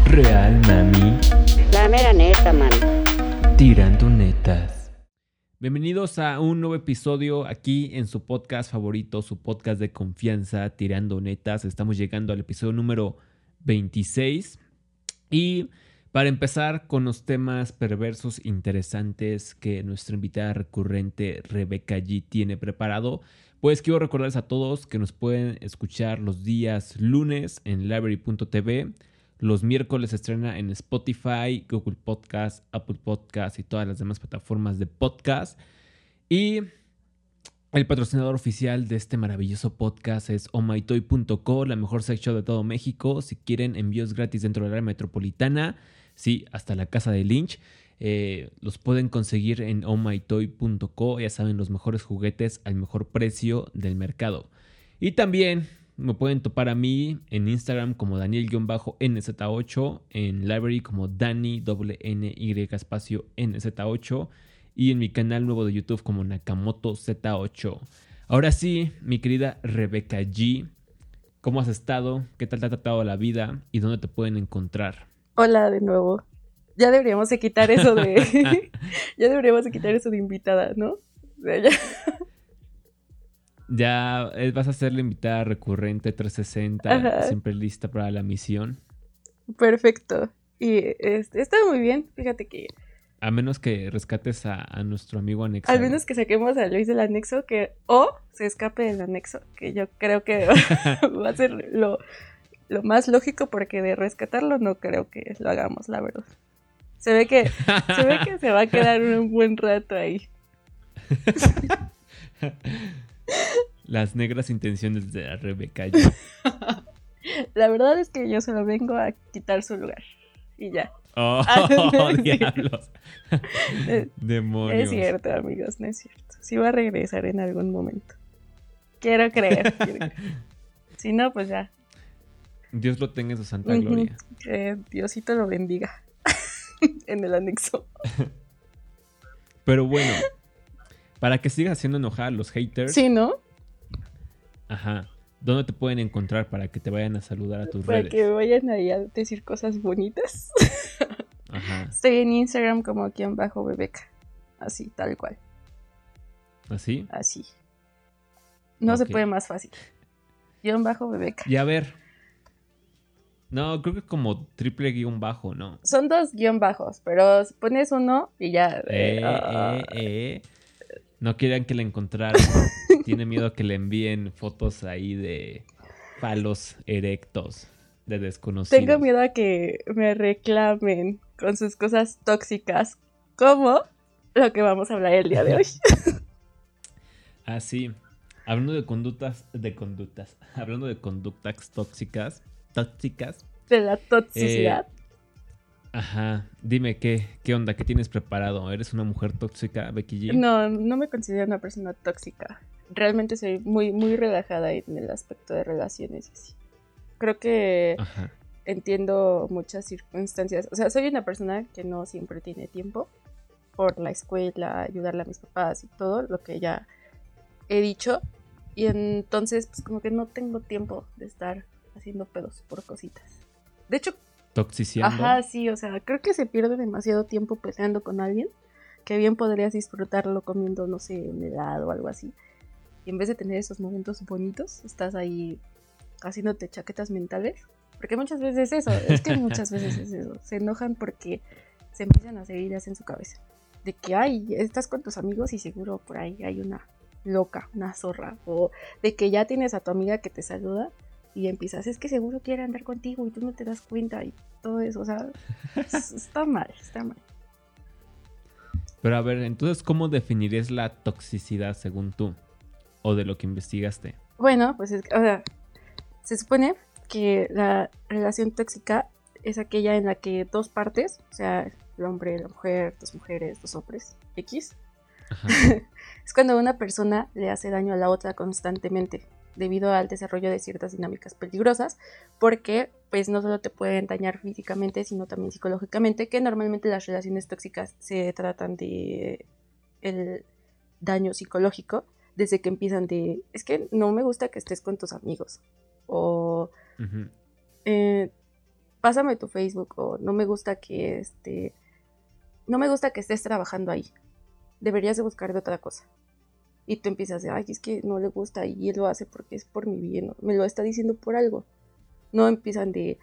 Real, mami. La mera neta, man. Tirando netas. Bienvenidos a un nuevo episodio aquí en su podcast favorito, su podcast de confianza, Tirando Netas. Estamos llegando al episodio número 26. Y para empezar con los temas perversos interesantes que nuestra invitada recurrente Rebeca G tiene preparado, pues quiero recordarles a todos que nos pueden escuchar los días lunes en library.tv. Los miércoles se estrena en Spotify, Google Podcast, Apple Podcast y todas las demás plataformas de podcast. Y el patrocinador oficial de este maravilloso podcast es ohmytoy.co, la mejor sex shop de todo México. Si quieren envíos gratis dentro del área metropolitana, sí, hasta la casa de Lynch, los pueden conseguir en ohmytoy.co. Ya saben, los mejores juguetes al mejor precio del mercado. Y también me pueden topar a mí en Instagram como Daniel-NZ8, en Library como Dani, NY_NZ8, y en mi canal nuevo de YouTube como Nakamoto Z8. Ahora sí, mi querida Rebeca G, ¿cómo has estado? ¿Qué tal te ha tratado la vida? ¿Y dónde te pueden encontrar? Hola de nuevo. Ya deberíamos de quitar eso de... ya deberíamos de quitar eso de invitada, ¿no? O sea, ya... Ya vas a ser la invitada recurrente 360, Ajá. siempre lista para la misión. Perfecto. Y está muy bien, fíjate que... A menos que rescates a nuestro amigo anexo. Al menos que saquemos a Luis del anexo, que o se escape del anexo, que yo creo que va a ser lo más lógico, porque de rescatarlo no creo que lo hagamos, la verdad. Se ve que se va a quedar un buen rato ahí. Las negras intenciones de la Rebeca. La verdad es que yo solo vengo a quitar su lugar. Y ya. ¡Oh, diablos! Demonios. Es cierto, amigos, no es cierto. Sí va a regresar en algún momento. Quiero creer. Si no, pues ya. Dios lo tenga en su santa gloria. Que Diosito lo bendiga. En el anexo. Pero bueno, para que sigas haciendo enojar a los haters. Sí, ¿no? Ajá. ¿Dónde te pueden encontrar para que te vayan a saludar a tus Para redes? que vayan ahí a decir cosas bonitas. Ajá. Estoy en Instagram como _Bebeca. Así, tal cual. ¿Así? Así. No se Ok. puede más fácil. _Bebeca. Y a ver. No, creo que como triple guión bajo, ¿no? Son 2 guión bajos, pero pones uno y ya. No quieran que la encontraran. Tiene miedo que le envíen fotos ahí de palos erectos de desconocidos. Tengo miedo a que me reclamen con sus cosas tóxicas, como lo que vamos a hablar el día de hoy. Ah, sí. Hablando de conductas. Hablando de conductas tóxicas. De la toxicidad. Ajá. Dime, ¿qué onda? ¿Qué tienes preparado? ¿Eres una mujer tóxica, Becky G? No me considero una persona tóxica. Realmente soy muy, muy relajada en el aspecto de relaciones y así. Creo que Ajá. entiendo muchas circunstancias. O sea, soy una persona que no siempre tiene tiempo por la escuela, ayudarle a mis papás y todo lo que ya he dicho. Y entonces, pues como que no tengo tiempo de estar haciendo pedos por cositas. De hecho, ¿Toxiciando? ajá, sí, o sea, creo que se pierde demasiado tiempo peleando con alguien, que bien podrías disfrutarlo comiendo, no sé, un helado o algo así. Y en vez de tener esos momentos bonitos, estás ahí haciéndote chaquetas mentales. Porque muchas veces es eso. Se enojan porque se empiezan a hacer ideas en su cabeza. De que, ay, estás con tus amigos y seguro por ahí hay una loca, una zorra. O de que ya tienes a tu amiga que te saluda y empiezas, es que seguro quiere andar contigo y tú no te das cuenta y todo eso. O sea, está mal. Pero a ver, entonces, ¿cómo definirías la toxicidad según tú? ¿O de lo que investigaste? Bueno, pues o sea, se supone que la relación tóxica es aquella en la que dos partes, o sea, el hombre, la mujer, dos mujeres, dos hombres, X, Ajá. es cuando una persona le hace daño a la otra constantemente debido al desarrollo de ciertas dinámicas peligrosas, porque pues no solo te pueden dañar físicamente, sino también psicológicamente, que normalmente las relaciones tóxicas se tratan de el daño psicológico, desde que empiezan de, es que no me gusta que estés con tus amigos, o Uh-huh. pásame tu Facebook, o no me gusta que estés trabajando ahí. Deberías de buscar de otra cosa. Y tú empiezas de, ay, es que no le gusta y él lo hace porque es por mi bien, ¿no? Me lo está diciendo por algo. No empiezan de...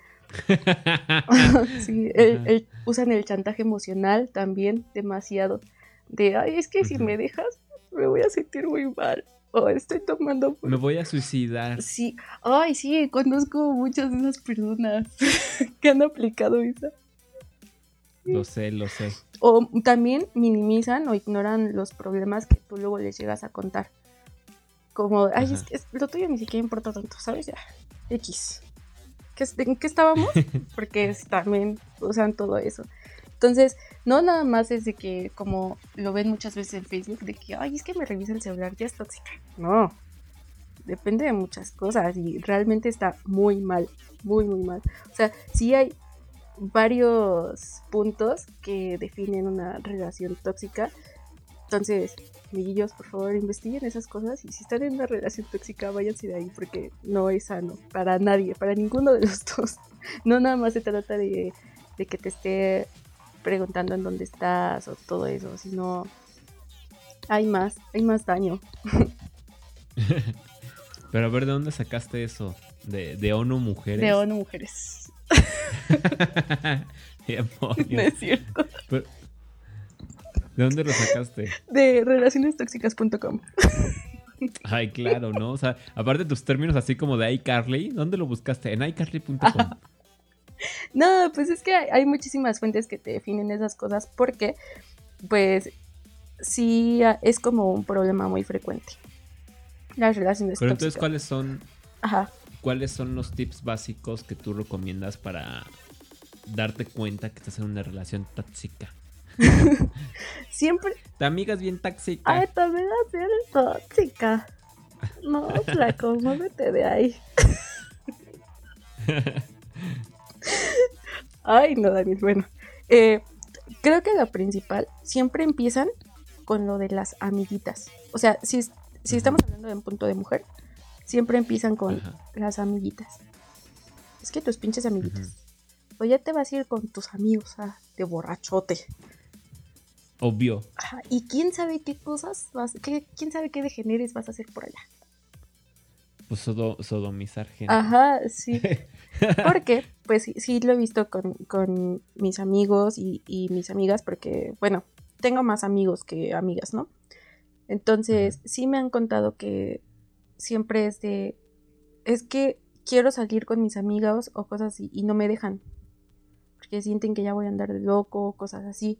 sí, usan el chantaje emocional también demasiado. De, ay, es que si me dejas, me voy a sentir muy mal. O estoy tomando... Me voy a suicidar. Sí, ay, sí, conozco muchas de esas personas que han aplicado esa. Lo sé. O también minimizan o ignoran los problemas que tú luego les llegas a contar. Como, ay, es que lo tuyo ni siquiera importa tanto, ¿sabes? Ya, X. ¿En qué estábamos? Porque también usan todo eso. Entonces, no nada más es de que, como lo ven muchas veces en Facebook, de que, ay, es que me revisa el celular, ya es tóxica. No, depende de muchas cosas y realmente está muy mal, muy, muy mal. O sea, sí hay varios puntos que definen una relación tóxica. Entonces, amiguillos, por favor, investiguen esas cosas y si están en una relación tóxica, váyanse de ahí porque no es sano para nadie, para ninguno de los dos. No nada más se trata de que te esté preguntando en dónde estás o todo eso, sino hay más daño. Pero a ver, ¿de dónde sacaste eso? ¿De ONU Mujeres? De ONU Mujeres. No es cierto. Pero, ¿de dónde lo sacaste? De relacionestóxicas.com. Ay, claro, ¿no? O sea, aparte de tus términos así como de iCarly, ¿dónde lo buscaste? En iCarly.com. No, pues es que hay muchísimas fuentes que te definen esas cosas porque, pues, sí es como un problema muy frecuente. Las relaciones Pero tóxicas. Entonces, ¿cuáles son los tips básicos que tú recomiendas para darte cuenta que estás en una relación tóxica? Siempre. Tu amiga es bien tóxica. Ay, tu amiga es bien tóxica. No, flaco, muévete de ahí. Ay, no, Daniel, bueno. Creo que lo principal, siempre empiezan con lo de las amiguitas. O sea, si estamos hablando de un punto de mujer, siempre empiezan con las amiguitas. Es que tus pinches amiguitas. O ya te vas a ir con tus amigos de borrachote. Obvio. Y quién sabe qué cosas quién sabe qué degeneres vas a hacer por allá. Pues sodomizar gente. Ajá, sí. Porque, pues sí lo he visto con mis amigos y mis amigas, porque, bueno, tengo más amigos que amigas, ¿no? Entonces, sí me han contado que siempre es que quiero salir con mis amigos o cosas así, y no me dejan. Porque sienten que ya voy a andar de loco, cosas así.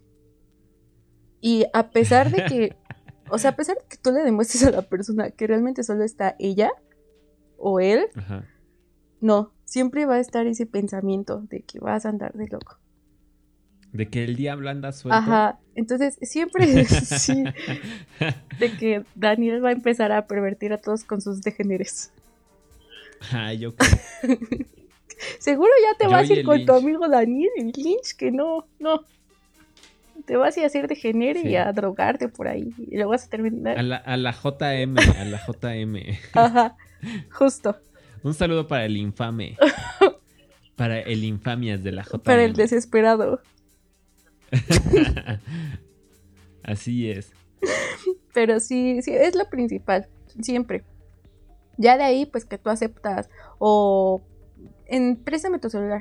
Y a pesar de que, o sea, a pesar de que tú le demuestres a la persona que realmente solo está ella o él, no, siempre va a estar ese pensamiento de que vas a andar de loco. De que el diablo anda suelto. Ajá, entonces siempre sí, de que Daniel va a empezar a pervertir a todos con sus degeneres. Ay, yo creo. Seguro ya te vas a ir con tu amigo Daniel, el Lynch, que no. Te vas a ir a hacer degenere y a drogarte por ahí. Y luego vas a terminar. A la JM. Ajá, justo. Un saludo para el infame. Para el infamias de la JM. Para el desesperado. Así es. Pero sí, es lo principal. Siempre. Ya de ahí, pues que tú aceptas. O préstame tu celular.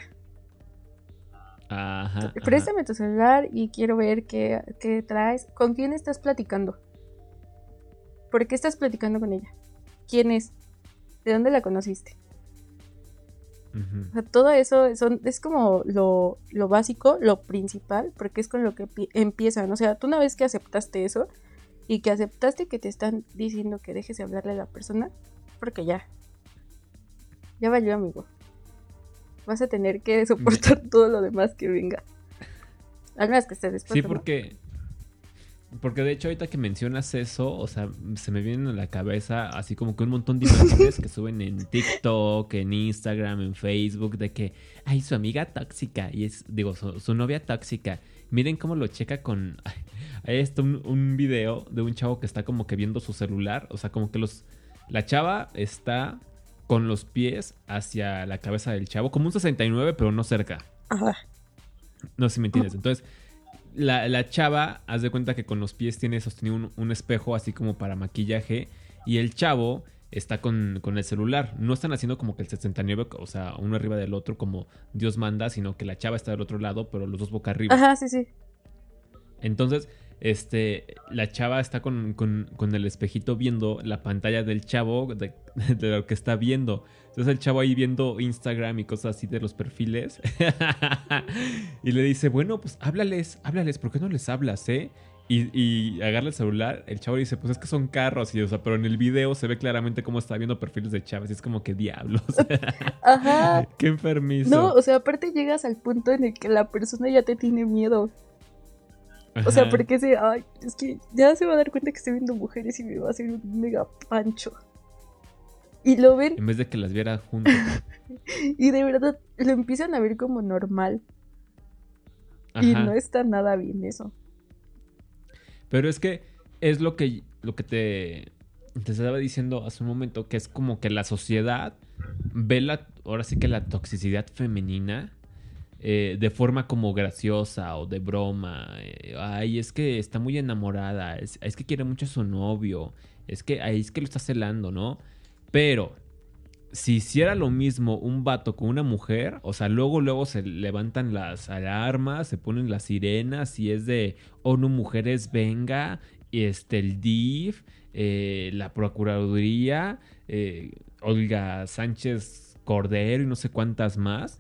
Ajá. Préstame tu celular y quiero ver qué traes. ¿Con quién estás platicando? ¿Por qué estás platicando con ella? ¿Quién es? ¿De dónde la conociste? O sea, todo eso es como lo básico, lo principal, porque es con lo que empiezan. O sea, tú una vez que aceptaste eso y que aceptaste que te están diciendo que dejes de hablarle a la persona, porque ya valió, amigo. Vas a tener que soportar todo lo demás que venga. Al menos que estés dispuesto. Sí, porque de hecho ahorita que mencionas eso, o sea, se me vienen a la cabeza así como que un montón de imágenes que suben en TikTok, en Instagram, en Facebook, de que, ay, su amiga tóxica, y su novia tóxica. Miren cómo lo checa con... Ahí está un video de un chavo que está como que viendo su celular, o sea, como que la chava está con los pies hacia la cabeza del chavo, como un 69, pero no cerca. Ajá. No sé si me entiendes. Entonces, la chava, haz de cuenta que con los pies tiene sostenido un espejo así como para maquillaje, y el chavo está con el celular. No están haciendo como que el 69, o sea, uno arriba del otro como Dios manda, sino que la chava está del otro lado, pero los dos boca arriba. Ajá, sí, sí. Entonces, la chava está con el espejito viendo la pantalla del chavo de lo que está viendo. Entonces el chavo ahí viendo Instagram y cosas así de los perfiles. Y le dice, bueno, pues háblales, ¿por qué no les hablas, eh? Y agarra el celular, el chavo dice, pues es que son carros, y, o sea, pero en el video se ve claramente cómo está viendo perfiles de chavas, y es como que diablos. Ajá. Qué enfermizo. No, o sea, aparte llegas al punto en el que la persona ya te tiene miedo. Ajá. O sea, porque ay, es que ya se va a dar cuenta que estoy viendo mujeres y me va a hacer un mega pancho. Y lo ven, En vez de que las viera juntos. y de verdad lo empiezan a ver como normal. Ajá. Y no está nada bien eso. Pero es que es lo que te estaba diciendo hace un momento, que es como que la sociedad ve ahora sí que la toxicidad femenina de forma como graciosa o de broma. Ay, es que está muy enamorada, es que quiere mucho a su novio, es que lo está celando, ¿no? Pero si hiciera lo mismo un vato con una mujer, o sea, luego se levantan las alarmas, se ponen las sirenas y es de ONU Mujeres Venga, y el DIF, la Procuraduría, Olga Sánchez Cordero y no sé cuántas más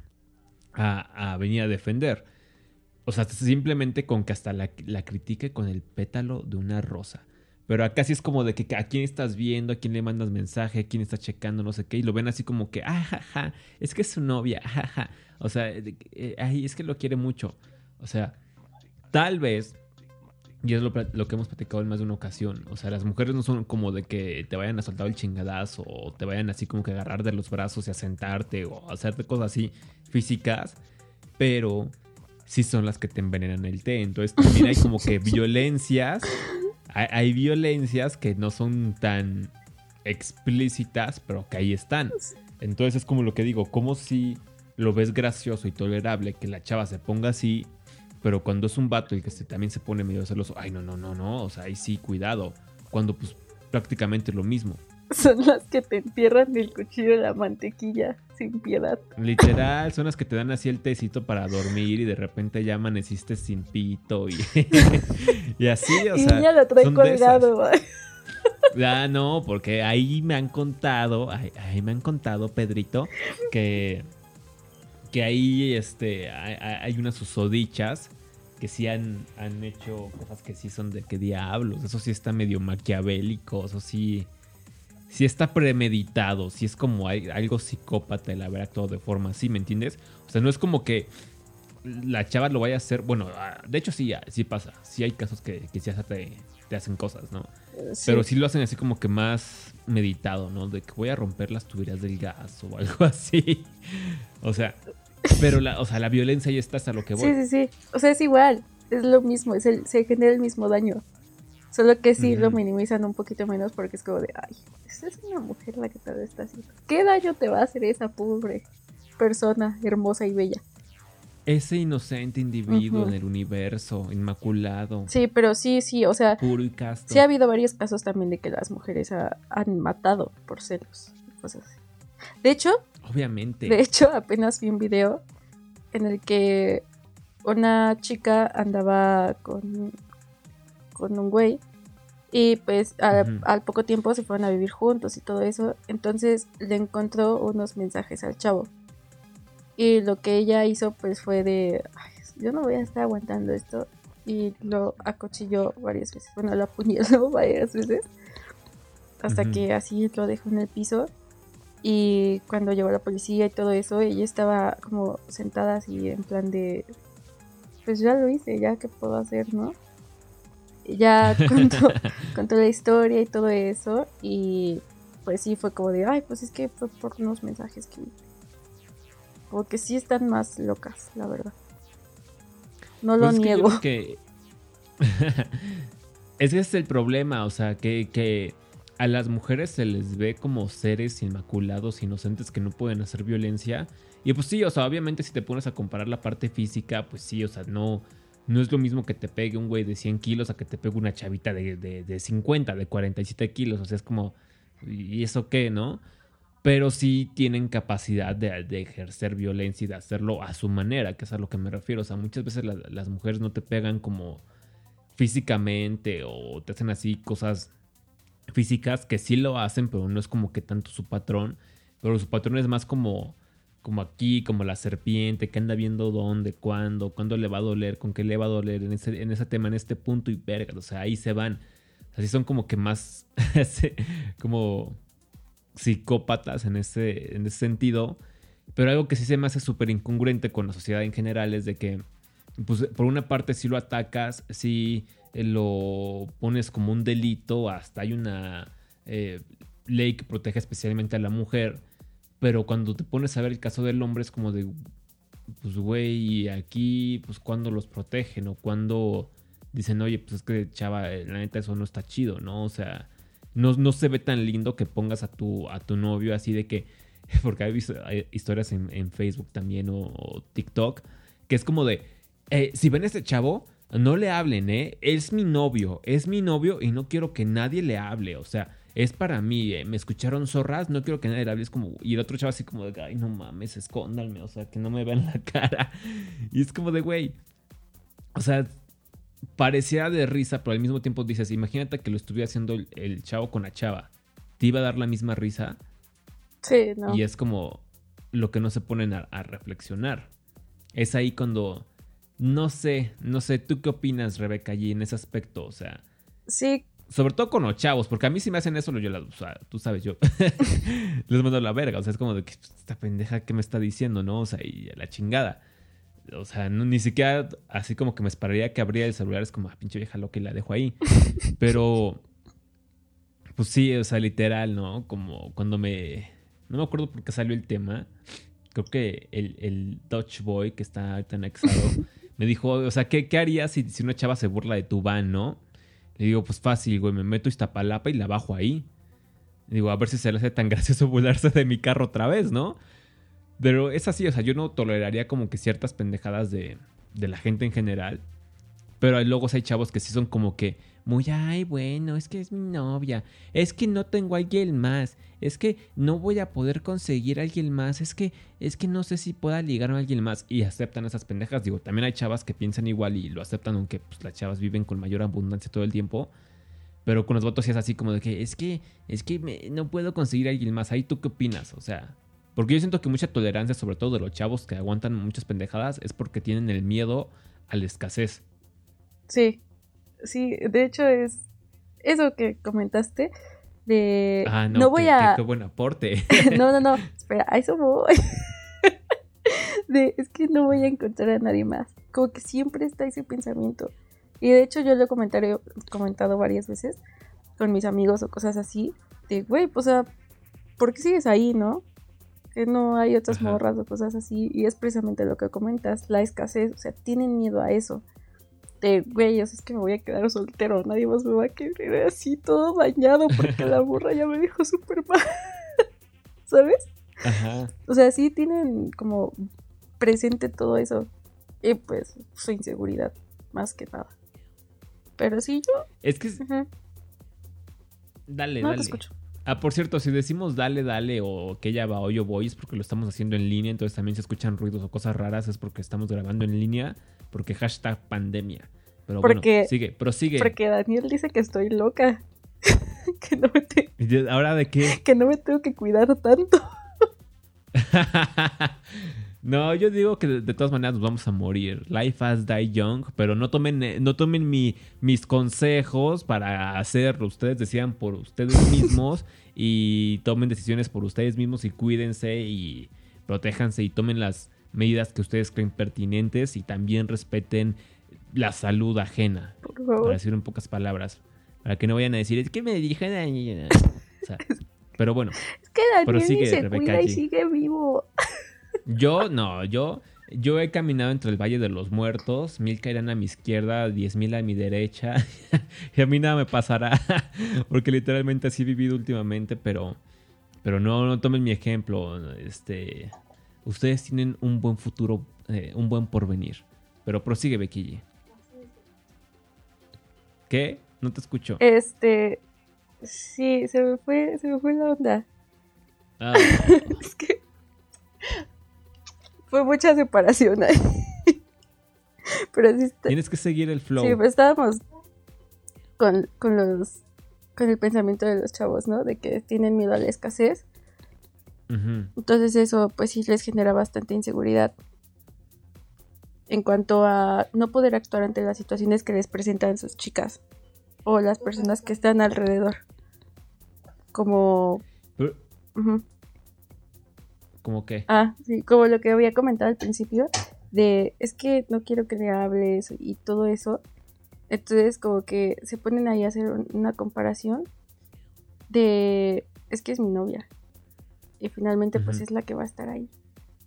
a venir a defender. O sea, simplemente con que hasta la critique con el pétalo de una rosa. Pero acá sí es como de que a quién estás viendo, a quién le mandas mensaje, a quién estás checando, no sé qué. Y lo ven así como que, jaja, es que es su novia, jaja. O sea, ay, es que lo quiere mucho. O sea, tal vez, y es lo que hemos platicado en más de una ocasión. O sea, las mujeres no son como de que te vayan a soltar el chingadazo o te vayan así como que a agarrar de los brazos y a sentarte o a hacerte cosas así físicas. Pero sí son las que te envenenan el té. Entonces también hay como que violencias. Hay violencias que no son tan explícitas, pero que ahí están. Entonces es como lo que digo, como si lo ves gracioso y tolerable que la chava se ponga así, pero cuando es un vato y que también se pone medio celoso, ay, no, o sea, ahí sí, cuidado. Cuando pues prácticamente es lo mismo. Son las que te entierran el cuchillo de la mantequilla sin piedad. Literal, son las que te dan así el tecito para dormir y de repente ya amaneciste sin pito y, y así, o sea. Y ella lo trae son colgado. Ah, no, porque ahí me han contado, Pedrito, que ahí hay unas susodichas que sí han hecho cosas que sí son de que diablos. Eso sí está medio maquiavélico, eso sí está premeditado, sí es como algo psicópata el haber actuado de forma así, ¿me entiendes? O sea, no es como que la chava lo vaya a hacer. Bueno, de hecho sí pasa. Sí hay casos que sí hasta te hacen cosas, ¿no? Sí. Pero sí lo hacen así como que más meditado, ¿no? De que voy a romper las tuberías del gas o algo así. O sea, pero la violencia ya está hasta lo que voy. Sí. O sea, es igual. Es lo mismo. Se genera el mismo daño. Solo que sí lo minimizan un poquito menos porque es como de, ay, esa es una mujer la que te lo está haciendo. ¿Qué daño te va a hacer esa pobre persona hermosa y bella? Ese inocente individuo en el universo, inmaculado. Sí, pero sí, o sea, puro y casto. Sí ha habido varios casos también de que las mujeres han matado por celos y cosas así. De hecho, obviamente. Apenas vi un video en el que una chica andaba con un güey y pues al poco tiempo se fueron a vivir juntos y todo eso. Entonces le encontró unos mensajes al chavo. Y lo que ella hizo pues fue de, ay, yo no voy a estar aguantando esto. Y lo acuchilló varias veces. Bueno, lo apuñaló varias veces. Hasta que así lo dejó en el piso. Y cuando llegó la policía y todo eso, ella estaba como sentada así en plan de, pues ya lo hice, ya qué puedo hacer, ¿no? Y ya contó la historia y todo eso. Y pues sí, fue como de, ay, pues es que fue por unos mensajes que... Porque sí están más locas, la verdad. No lo niego. Que ese es el problema, o sea, que a las mujeres se les ve como seres inmaculados, inocentes que no pueden hacer violencia. Y pues sí, o sea, obviamente si te pones a comparar la parte física, pues sí, o sea, no es lo mismo que te pegue un güey de 100 kilos a que te pegue una chavita de 50, de 47 kilos. O sea, es como, ¿y eso qué, no? Pero sí tienen capacidad de ejercer violencia y de hacerlo a su manera, que es a lo que me refiero. O sea, muchas veces las mujeres no te pegan como físicamente o te hacen así cosas físicas que sí lo hacen, pero no es como que tanto su patrón. Pero su patrón es más como aquí, como la serpiente, que anda viendo dónde, cuándo le va a doler, con qué le va a doler en ese tema, en este punto y verga. O sea, ahí se van. Así son como que más como psicópatas en ese sentido. Pero algo que sí se me hace súper incongruente con la sociedad en general es de que, pues, por una parte sí lo atacas, sí lo pones como un delito, hasta hay una ley que protege especialmente a la mujer, pero cuando te pones a ver el caso del hombre es como de, pues güey, aquí, pues cuando los protegen o cuando dicen, oye, pues es que chava, la neta eso no está chido, ¿no? O sea, no se ve tan lindo que pongas a tu novio así de que, porque hay historias en Facebook también o TikTok, que es como de, si ven a este chavo, no le hablen, es mi novio y no quiero que nadie le hable, o sea, es para mí, me escucharon zorras, no quiero que nadie le hable, es como, y el otro chavo así como de, ay, no mames, escóndanme, o sea, que no me vean la cara, y es como de, güey, o sea, parecía de risa, pero al mismo tiempo dices, imagínate que lo estuviera haciendo el chavo con la chava, ¿te iba a dar la misma risa? Sí, no. Y es como lo que no se ponen a reflexionar. Es ahí cuando, no sé, ¿tú qué opinas, Rebeca, allí en ese aspecto? O sea, sí, sobre todo con los chavos, porque a mí si me hacen eso, o sea, tú sabes, yo les mando a la verga, o sea, es como de que esta pendeja que me está diciendo, ¿no? O sea, y a la chingada. O sea, ni siquiera así como que me esperaría que abría el celular, es como, pinche vieja loca y la dejo ahí. Pero, pues sí, o sea, literal, ¿no? Como cuando no me acuerdo por qué salió el tema. Creo que el Dutch Boy, que está ahorita anexado, me dijo, o sea, ¿qué harías si una chava se burla de tu van, no? Le digo, pues fácil, güey, me meto a Iztapalapa y la bajo ahí. Le digo, a ver si se le hace tan gracioso burlarse de mi carro otra vez, ¿no? Pero es así, o sea, yo no toleraría como que ciertas pendejadas de la gente en general. Pero luego hay chavos que sí son como que muy, ay, bueno, es que es mi novia, es que no tengo a alguien más, es que no voy a poder conseguir a alguien más, es que no sé si pueda ligar a alguien más, y aceptan esas pendejas. Digo, también hay chavas que piensan igual y lo aceptan, aunque pues, las chavas viven con mayor abundancia todo el tiempo. Pero con los votos sí es así como de que es que no puedo conseguir a alguien más. ¿Ahí tú qué opinas? O sea, porque yo siento que mucha tolerancia, sobre todo de los chavos que aguantan muchas pendejadas, es porque tienen el miedo a la escasez. Sí, de hecho es eso que comentaste de... no voy a... qué buen aporte. No, espera, a eso voy. Es que no voy a encontrar a nadie más. Como que siempre está ese pensamiento. Y de hecho yo lo he comentado varias veces con mis amigos o cosas así. De, güey, pues, o sea, ¿por qué sigues ahí, no? Que no hay otras morras o cosas así. Y es precisamente lo que comentas, la escasez. O sea, tienen miedo a eso. De, güey, es que me voy a quedar soltero, nadie más me va a querer, así todo dañado porque la burra ya me dijo súper mal. ¿Sabes? Ajá. O sea, sí tienen como presente todo eso. Y pues su inseguridad, más que nada. Pero sí, yo... Es que... Dale. Te escucho. Por cierto, si decimos dale o que ella va o yo voy, es porque lo estamos haciendo en línea, entonces también se escuchan ruidos o cosas raras, es porque estamos grabando en línea, porque hashtag pandemia. Pero bueno, prosigue. Porque Daniel dice que estoy loca. Que no me ¿Ahora de qué? Que no me tengo que cuidar tanto. No, yo digo que de todas maneras nos vamos a morir. Life has die young, pero no tomen mis consejos para hacerlo. Ustedes decidan por ustedes mismos y tomen decisiones por ustedes mismos y cuídense y protéjanse y tomen las medidas que ustedes creen pertinentes y también respeten la salud ajena. Por favor. Para decir en pocas palabras. Para que no vayan a decir, es que me dijeron... O sea, pero bueno. Es que Daniel sigue, se Rebeca, cuida y sigue vivo. Yo Yo he caminado entre el Valle de los Muertos, 1000 caerán a mi izquierda, 10,000 a mi derecha, y a mí nada me pasará, porque literalmente así he vivido últimamente, pero no tomen mi ejemplo. Ustedes tienen un buen futuro, un buen porvenir. Pero prosigue, Becky G. ¿Qué? No te escucho. Sí, se me fue la onda. Ah. Es que fue mucha separación ahí. Pero sí Tienes que seguir el flow. Sí, pues estábamos con el pensamiento de los chavos, ¿no? De que tienen miedo a la escasez. Uh-huh. Entonces eso pues sí les genera bastante inseguridad en cuanto a no poder actuar ante las situaciones que les presentan sus chicas o las personas que están alrededor. Como... Uh-huh. ¿Cómo qué? Sí, como lo que había comentado al principio, de es que no quiero que le hables y todo eso. Entonces como que se ponen ahí a hacer una comparación de es que es mi novia y finalmente pues es la que va a estar ahí.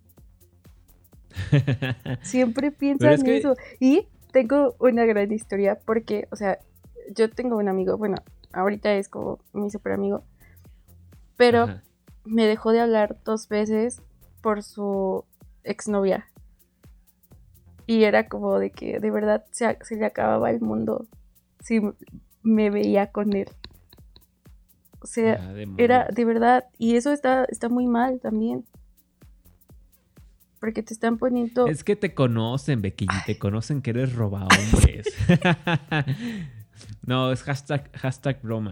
Siempre piensan eso. Y tengo una gran historia porque, o sea, yo tengo un amigo, bueno, ahorita es como mi super amigo, pero Ajá. me dejó de hablar 2 veces por su exnovia. Y era como de que de verdad se le acababa el mundo si me veía con él. O sea, era de verdad. Y eso está muy mal también. Porque te están poniendo... Es que te conocen, Becky, te conocen que eres robahombres. No, es hashtag broma.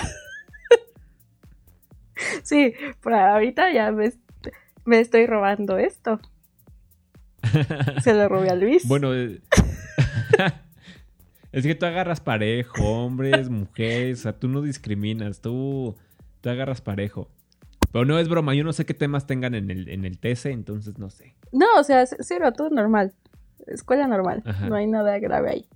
Sí, pero ahorita ya me estoy robando esto. Se lo robé a Luis. Bueno, es que tú agarras parejo, hombres, mujeres, o sea, tú no discriminas, tú agarras parejo. Pero no es broma, yo no sé qué temas tengan en el TC, entonces no sé. No, o sea, cero, todo normal. Escuela normal, Ajá. No hay nada grave ahí.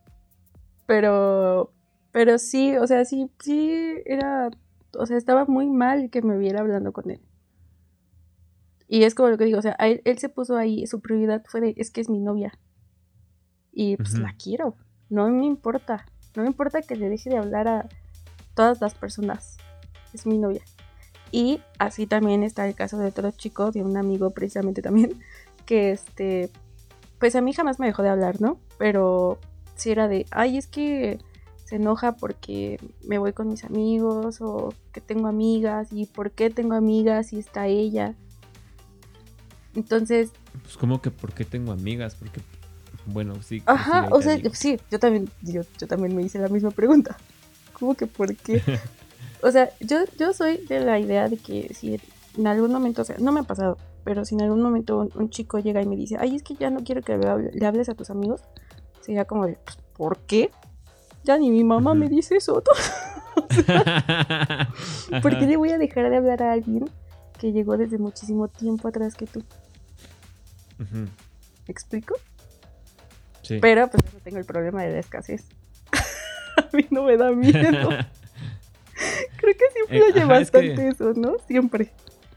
Pero sí, o sea, sí era... O sea, estaba muy mal que me viera hablando con él. Y es como lo que digo, o sea, él se puso ahí, su prioridad fue de, es que es mi novia. Y pues la quiero, no me importa que le deje de hablar a todas las personas. Es mi novia. Y así también está el caso de otro chico, de un amigo precisamente también, que pues a mí jamás me dejó de hablar, ¿no? Pero sí era de, ay, es que se enoja porque me voy con mis amigos o que tengo amigas y por qué tengo amigas y está ella. Entonces... Pues como que por qué tengo amigas, porque bueno, sí. Ajá, o sea, sí, yo también me hice la misma pregunta. ¿Cómo que por qué? O sea, yo soy de la idea de que si en algún momento, o sea, no me ha pasado, pero si en algún momento un chico llega y me dice, ay, es que ya no quiero que le hables a tus amigos, sería como de, pues, ¿por qué? Ya ni mi mamá me dice eso. O sea, ¿por qué le voy a dejar de hablar a alguien que llegó desde muchísimo tiempo atrás que tú? ¿Me explico? Sí. Pero pues no tengo el problema de la escasez. A mí no me da miedo. Creo que siempre oye bastante eso, ¿no? Siempre.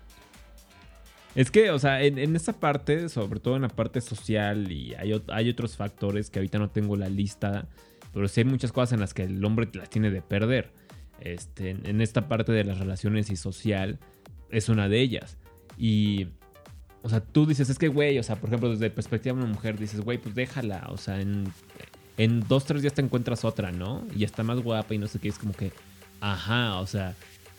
Es que, o sea, en esa parte, sobre todo en la parte social, y hay otros factores que ahorita no tengo la lista, pero sí hay muchas cosas en las que el hombre las tiene de perder. En esta parte de las relaciones y social es una de ellas. Y, o sea, tú dices, es que, güey, o sea, por ejemplo, desde la perspectiva de una mujer, dices, güey, pues déjala, o sea, en 2-3 días te encuentras otra, ¿no? Y está más guapa y no sé qué, es como que, ajá, o sea,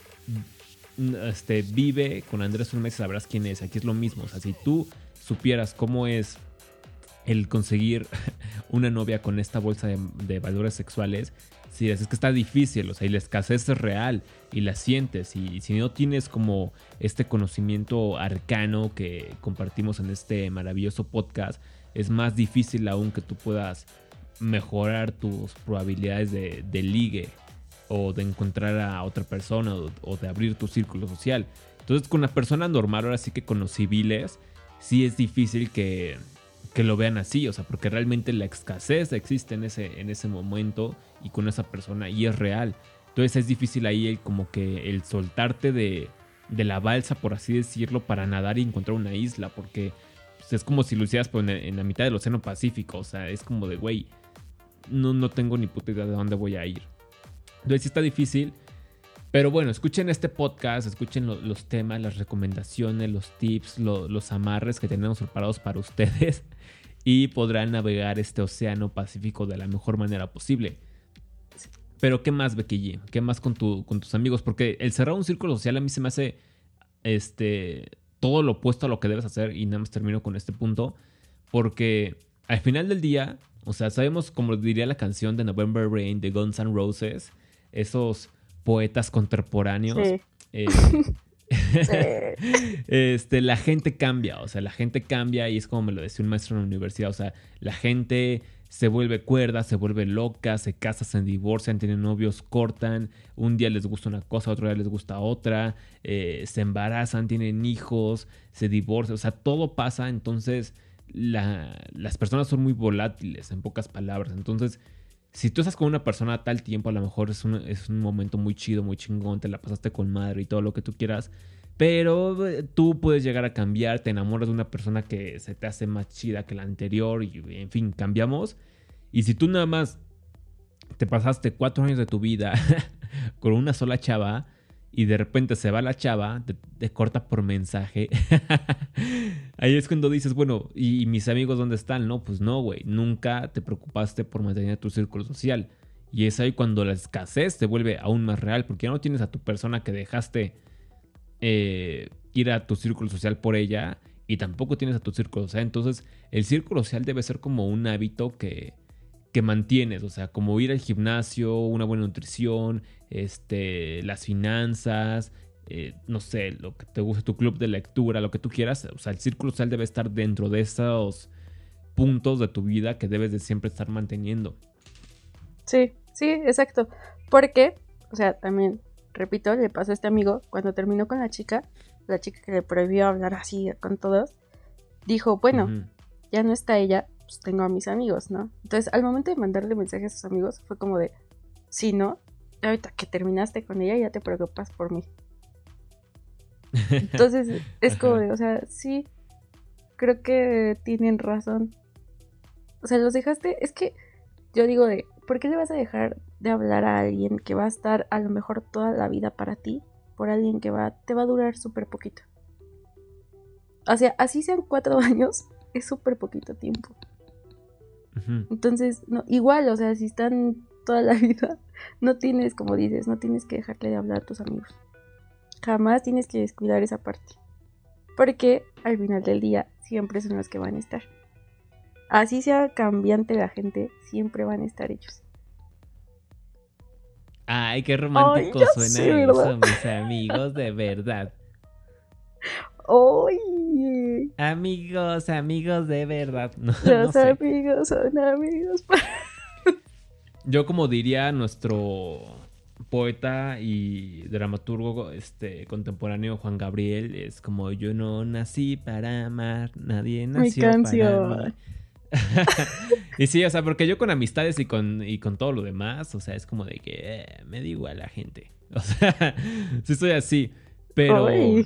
vive con Andrés un mes y sabrás quién es. Aquí es lo mismo, o sea, si tú supieras cómo es el conseguir una novia con esta bolsa de valores sexuales, sí, es que está difícil, o sea, y la escasez es real y la sientes, y si no tienes como este conocimiento arcano que compartimos en este maravilloso podcast, es más difícil aún que tú puedas mejorar tus probabilidades de ligue o de encontrar a otra persona o de abrir tu círculo social. Entonces con la persona normal, ahora sí que con los civiles, sí es difícil que lo vean así, o sea, porque realmente la escasez existe en ese momento y con esa persona y es real. Entonces es difícil ahí como que el soltarte de la balsa, por así decirlo, para nadar y encontrar una isla, porque sea, es como si lo hicieras pues, en la mitad del Océano Pacífico. O sea, es como de, güey, no tengo ni puta idea de dónde voy a ir. Entonces sí está difícil. Pero bueno, escuchen este podcast, escuchen los temas, las recomendaciones, los tips, los amarres que tenemos preparados para ustedes y podrán navegar este océano Pacífico de la mejor manera posible. Pero ¿qué más, Becky G? ¿Qué más con tus amigos? Porque el cerrar un círculo social a mí se me hace todo lo opuesto a lo que debes hacer y nada más termino con este punto. Porque al final del día, o sea, sabemos, como diría la canción de November Rain de Guns N' Roses, esos poetas contemporáneos. Sí. Sí. La gente cambia, o sea, la gente cambia y es como me lo decía un maestro en la universidad, o sea, la gente se vuelve cuerda, se vuelve loca, se casan, se divorcian, tienen novios, cortan, un día les gusta una cosa, otro día les gusta otra, se embarazan, tienen hijos, se divorcian, o sea, todo pasa, entonces las personas son muy volátiles, en pocas palabras, entonces si tú estás con una persona a tal tiempo, a lo mejor es un momento muy chido, muy chingón, te la pasaste con madre y todo lo que tú quieras, pero tú puedes llegar a cambiar, te enamoras de una persona que se te hace más chida que la anterior y en fin, cambiamos. Y si tú nada más te pasaste 4 años de tu vida con una sola chava y de repente se va la chava, te corta por mensaje, ahí es cuando dices, bueno, ¿y mis amigos dónde están? No, pues no, güey, nunca te preocupaste por mantener tu círculo social. Y es ahí cuando la escasez te vuelve aún más real, porque ya no tienes a tu persona que dejaste ir a tu círculo social por ella y tampoco tienes a tu círculo social. Entonces, el círculo social debe ser como un hábito que mantienes, o sea, como ir al gimnasio, una buena nutrición, las finanzas, no sé, lo que te guste, tu club de lectura, lo que tú quieras. O sea, el círculo social debe estar dentro de esos puntos de tu vida que debes de siempre estar manteniendo. Sí, exacto. Porque, o sea, también, repito, le pasó a este amigo, cuando terminó con la chica que le prohibió hablar así con todos, dijo, bueno, ya no está ella, pues tengo a mis amigos, ¿no? Entonces, al momento de mandarle mensajes a sus amigos, fue como de, sí, ¿no? Ahorita que terminaste con ella, ya te preocupas por mí. Entonces, es como de, o sea, sí, creo que tienen razón. O sea, los dejaste, es que yo digo de, ¿por qué le vas a dejar de hablar a alguien que va a estar a lo mejor toda la vida para ti? Por alguien que te va a durar súper poquito. O sea, así sean 4 años, es súper poquito tiempo. Entonces, no, igual, o sea, si están toda la vida, no tienes, como dices, no tienes que dejarle de hablar a tus amigos. Jamás tienes que descuidar esa parte. Porque al final del día siempre son los que van a estar. Así sea cambiante la gente, siempre van a estar ellos. Ay, qué romántico suena eso, mis amigos, de verdad. Oye. Amigos de verdad. Los amigos son amigos. Yo, como diría nuestro poeta y dramaturgo contemporáneo Juan Gabriel, es como yo no nací para amar, nadie nació para mí. Y sí, o sea, porque yo con amistades y con todo lo demás, o sea, es como de que me da igual la gente. O sea, sí soy así, pero...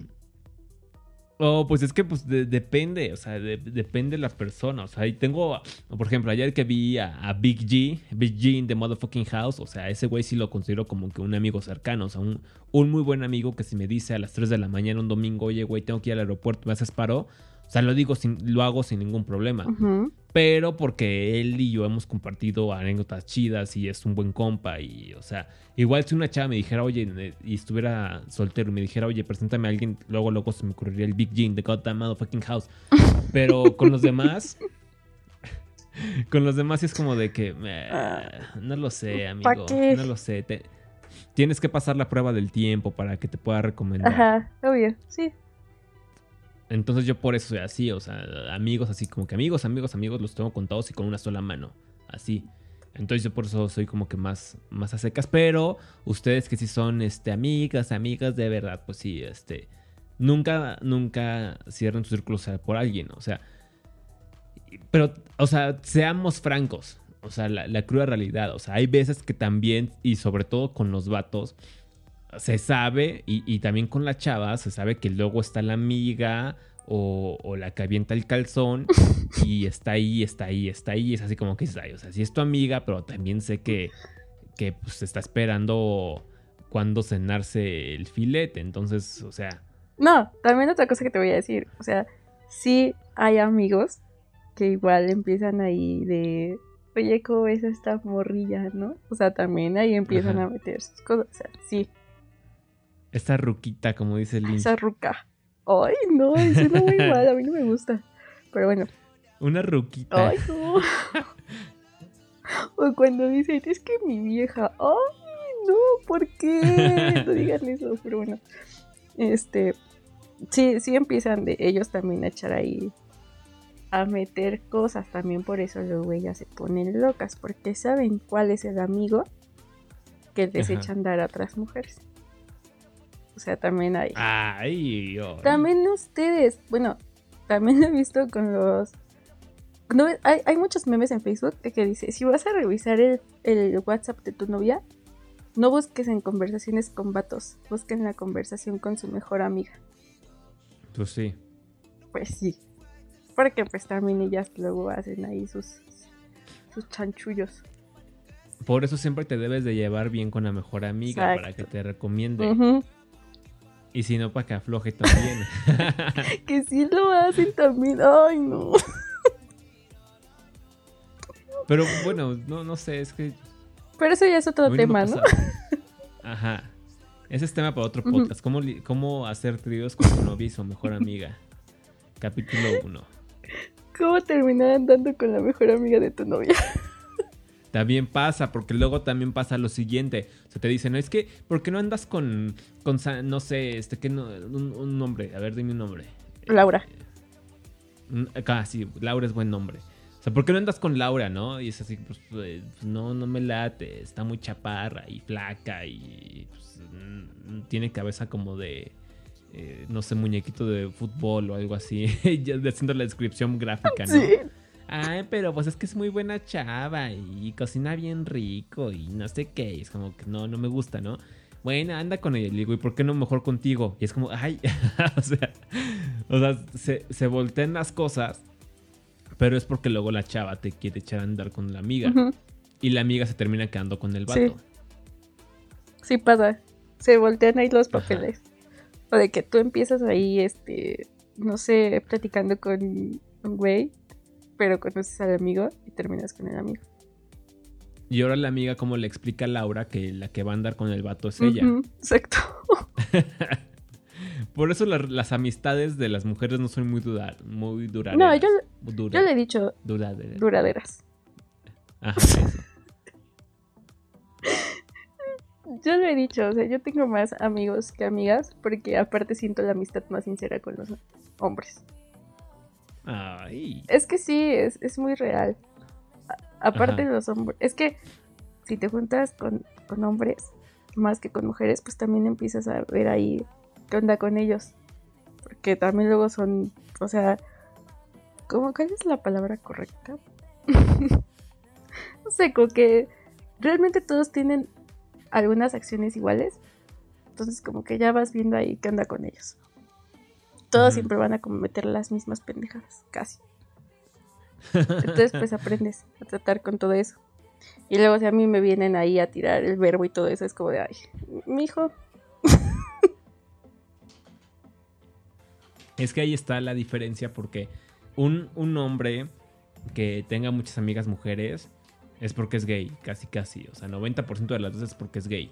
pues es que pues depende, o sea, depende de la persona. O sea, ahí tengo, por ejemplo, ayer que vi a Big G in the motherfucking house, o sea, ese güey sí lo considero como que un amigo cercano, o sea, un muy buen amigo que si me dice a las 3 de la mañana un domingo, oye, güey, tengo que ir al aeropuerto, ¿me haces paro? O sea, lo hago sin ningún problema. Pero porque él y yo hemos compartido anécdotas chidas y es un buen compa. Y, o sea, igual si una chava me dijera, oye, y estuviera soltero y me dijera, oye, preséntame a alguien, luego se me ocurriría el Big G in the goddamn motherfucking house. Pero con los demás... sí es como de que... no lo sé, amigo. No lo sé. Tienes que pasar la prueba del tiempo para que te pueda recomendar. Ajá, obvio, sí. Entonces yo por eso soy así, o sea, amigos así como que amigos los tengo contados y con una sola mano, así. Entonces yo por eso soy como que más a secas, pero ustedes que sí son amigas de verdad, pues sí, nunca cierren su círculo social por alguien, o sea, pero, o sea, seamos francos, o sea, la cruda realidad, o sea, hay veces que también, y sobre todo con los vatos, se sabe, y también con la chava, se sabe que luego está la amiga o la que avienta el calzón y está ahí. Es así como que, ay, o sea, sí es tu amiga, pero también sé que pues está esperando cuándo cenarse el filete. Entonces, o sea... No, también otra cosa que te voy a decir. O sea, sí hay amigos que igual empiezan ahí de... Oye, ¿cómo ves a esta morrilla, no? O sea, también ahí empiezan a meter sus cosas. O sea, sí. Esta ruquita, como dice Lynch. Esa ruca. Ay, no, suena muy mal. A mí no me gusta. Pero bueno. Una ruquita. Ay, no. O cuando dicen, es que mi vieja. Ay, no, ¿por qué? No digan eso, pero bueno. Sí empiezan de ellos también a echar ahí, a meter cosas. También por eso luego ellas se ponen locas, porque saben cuál es el amigo que les echa a andar a otras mujeres. O sea, también hay. Ay. También ustedes, bueno, también lo he visto con los... No, hay muchos memes en Facebook que dice, si vas a revisar el WhatsApp de tu novia, no busques en conversaciones con vatos, busquen la conversación con su mejor amiga. Pues sí. Pues sí. Porque pues también ellas luego hacen ahí sus chanchullos. Por eso siempre te debes de llevar bien con la mejor amiga. Exacto. Para que te recomiende. Uh-huh. Y si no, para que afloje también. Que sí lo hacen también. Ay, no. Pero bueno, no sé, es que... Pero eso ya es otro tema, ¿no? Ajá. Ese es tema para otro podcast. Uh-huh. ¿Cómo hacer tríos con tu novia y su mejor amiga? Capítulo 1. ¿Cómo terminar andando con la mejor amiga de tu novia? También pasa, porque luego también pasa lo siguiente. O sea, te dicen, no, es que, ¿por qué no andas con no sé, que no, un nombre? A ver, dime un nombre. Laura. Sí, Laura es buen nombre. O sea, ¿por qué no andas con Laura, no? Y es así, pues no me late. Está muy chaparra y flaca y pues, tiene cabeza como de, no sé, muñequito de fútbol o algo así. Ya haciendo la descripción gráfica, ¿no? Sí. Ay, pero pues es que es muy buena chava y cocina bien rico y no sé qué. Y es como que no me gusta, ¿no? Bueno, anda con ella. Le digo, ¿y por qué no mejor contigo? Y es como, ay, o sea, se voltean las cosas. Pero es porque luego la chava te quiere echar a andar con la amiga. Uh-huh. Y la amiga se termina quedando con el vato. Sí pasa. Se voltean ahí los papeles. Ajá. O de que tú empiezas ahí, no sé, platicando con un güey, pero conoces al amigo y terminas con el amigo. Y ahora la amiga como le explica a Laura que la que va a andar con el vato es ella. Uh-huh. Exacto. Por eso las amistades de las mujeres no son muy duraderas. No, yo le he dicho duraderas. Ajá, eso. Yo le he dicho, o sea, yo tengo más amigos que amigas, porque aparte siento la amistad más sincera con los hombres. Ay. Es que sí, es muy real. Aparte de los hombres, es que si te juntas con hombres más que con mujeres, pues también empiezas a ver ahí qué onda con ellos. Porque también luego son, o sea, ¿cuál es la palabra correcta? No sé, como que realmente todos tienen algunas acciones iguales. Entonces como que ya vas viendo ahí qué onda con ellos. Todos siempre van a cometer las mismas pendejadas, casi. Entonces pues aprendes a tratar con todo eso. Y luego si a mí me vienen ahí a tirar el verbo y todo eso, es como de, ay, mijo. Es que ahí está la diferencia, porque un hombre que tenga muchas amigas mujeres es porque es gay, casi. O sea, 90% de las veces es porque es gay.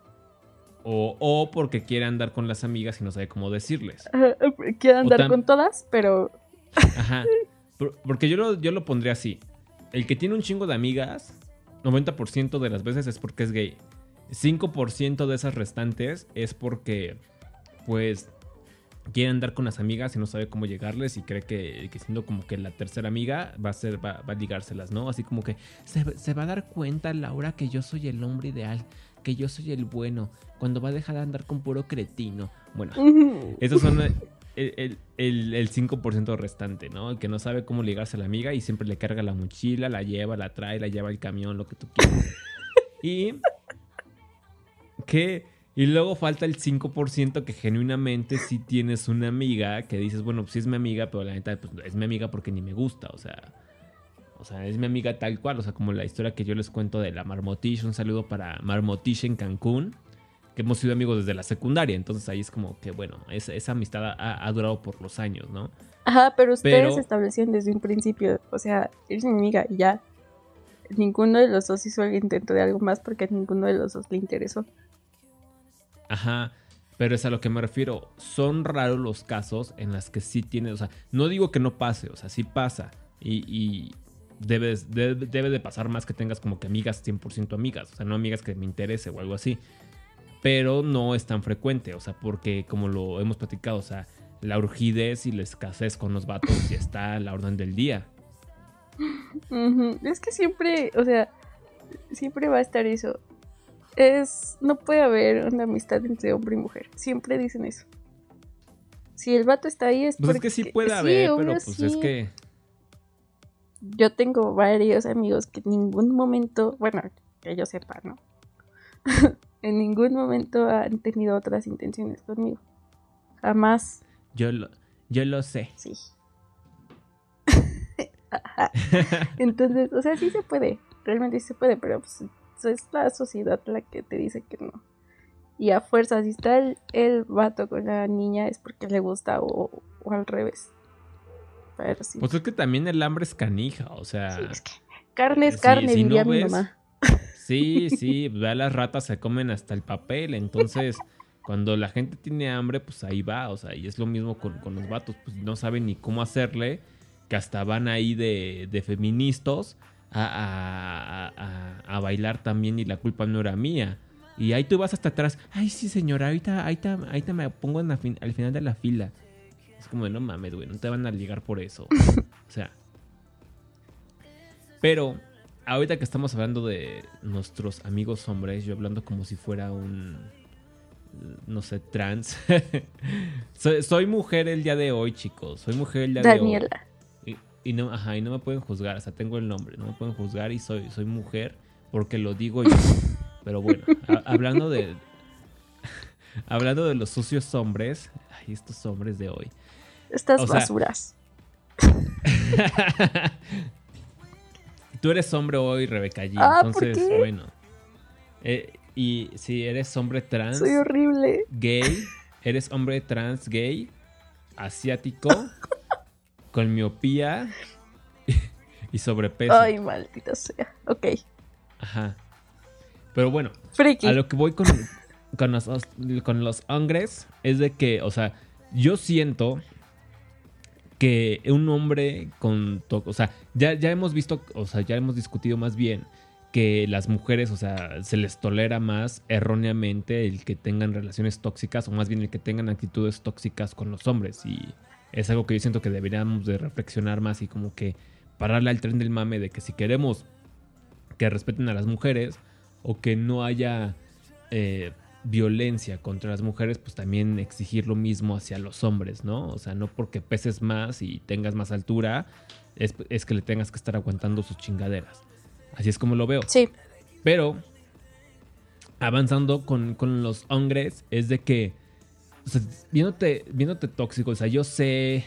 O porque quiere andar con las amigas y no sabe cómo decirles. Quiere andar con todas, pero... Ajá. Porque yo lo pondría así. El que tiene un chingo de amigas, 90% de las veces es porque es gay. 5% de esas restantes es porque, pues, quiere andar con las amigas y no sabe cómo llegarles y cree que siendo como que la tercera amiga va a ligárselas, ¿no? Así como que se va a dar cuenta Laura que yo soy el hombre ideal, que yo soy el bueno, cuando va a dejar de andar con puro cretino. Bueno, esos son el 5% restante, ¿no? El que no sabe cómo ligarse a la amiga y siempre le carga la mochila, la lleva, la trae, la lleva al camión, lo que tú quieras. Y Y luego falta el 5% que genuinamente sí tienes una amiga que dices, bueno, pues sí es mi amiga, pero la neta pues, es mi amiga porque ni me gusta, o sea, es mi amiga tal cual, o sea, como la historia que yo les cuento de la Marmotish. Un saludo para Marmotish en Cancún, que hemos sido amigos desde la secundaria, entonces ahí es como que, bueno, esa amistad ha durado por los años, ¿no? Ajá, pero ustedes se establecieron desde un principio, o sea, eres mi amiga y ya. Ninguno de los dos hizo el intento de algo más porque a ninguno de los dos le interesó. Ajá, pero es a lo que me refiero. Son raros los casos en los que sí tienes, o sea, no digo que no pase, o sea, sí pasa. Y debe de pasar más que tengas como que amigas 100% amigas, o sea, no amigas que me interese o algo así. Pero no es tan frecuente, o sea, porque como lo hemos platicado, o sea, la urgidez y la escasez con los vatos ya está a la orden del día. Es que siempre, o sea, siempre va a estar eso. No puede haber una amistad entre hombre y mujer. Siempre dicen eso. Si el vato está ahí es pues porque... es que sí puede haber, pero pues sí. es que... Yo tengo varios amigos que en ningún momento, bueno, que yo sepa, ¿no? En ningún momento han tenido otras intenciones conmigo. Jamás. Yo lo sé. Sí. Entonces, o sea, sí se puede. Realmente sí se puede, pero pues es la sociedad la que te dice que no. Y a fuerza, si está el vato con la niña es porque le gusta o al revés. Pero sí. Pues es que también el hambre es canija, o sea... Sí, es que carne es carne, si diría no mi ves, mamá. Sí, ve a las ratas se comen hasta el papel, entonces cuando la gente tiene hambre, pues ahí va, o sea, y es lo mismo con los vatos, pues no saben ni cómo hacerle, que hasta van ahí de feministas a bailar también y la culpa no era mía. Y ahí tú vas hasta atrás, ay sí señora, ahorita me pongo al final de la fila. Es como de no mames, güey, no te van a ligar por eso. O sea. Pero, ahorita que estamos hablando de nuestros amigos hombres, yo hablando como si fuera un, no sé, trans. soy mujer el día de hoy, chicos. Soy mujer el día Daniela. de hoy. Y no me pueden juzgar, o sea, tengo el nombre, no me pueden juzgar y soy mujer porque lo digo yo. Pero bueno, hablando de los sucios hombres, ay, estos hombres de hoy. Estas basuras. Tú eres hombre hoy, Rebeca G. Entonces, ¿por qué? bueno. Y si eres hombre trans. Soy horrible. Gay. Eres hombre trans, gay, asiático, con miopía y sobrepeso. Ay, maldita sea. Ok. Ajá. Pero bueno, Friki. a lo que voy con los hombres es de que, o sea, yo siento que un hombre o sea, ya hemos visto, o sea, ya hemos discutido más bien que las mujeres, o sea, se les tolera más erróneamente el que tengan relaciones tóxicas o más bien el que tengan actitudes tóxicas con los hombres, y es algo que yo siento que deberíamos de reflexionar más y como que pararle al tren del mame de que si queremos que respeten a las mujeres o que no haya violencia contra las mujeres, pues también exigir lo mismo hacia los hombres, ¿no? O sea, no porque peses más y tengas más altura es que le tengas que estar aguantando sus chingaderas. Así es como lo veo. Sí. Pero avanzando con los hombres es de que, o sea, viéndote tóxico, o sea, yo sé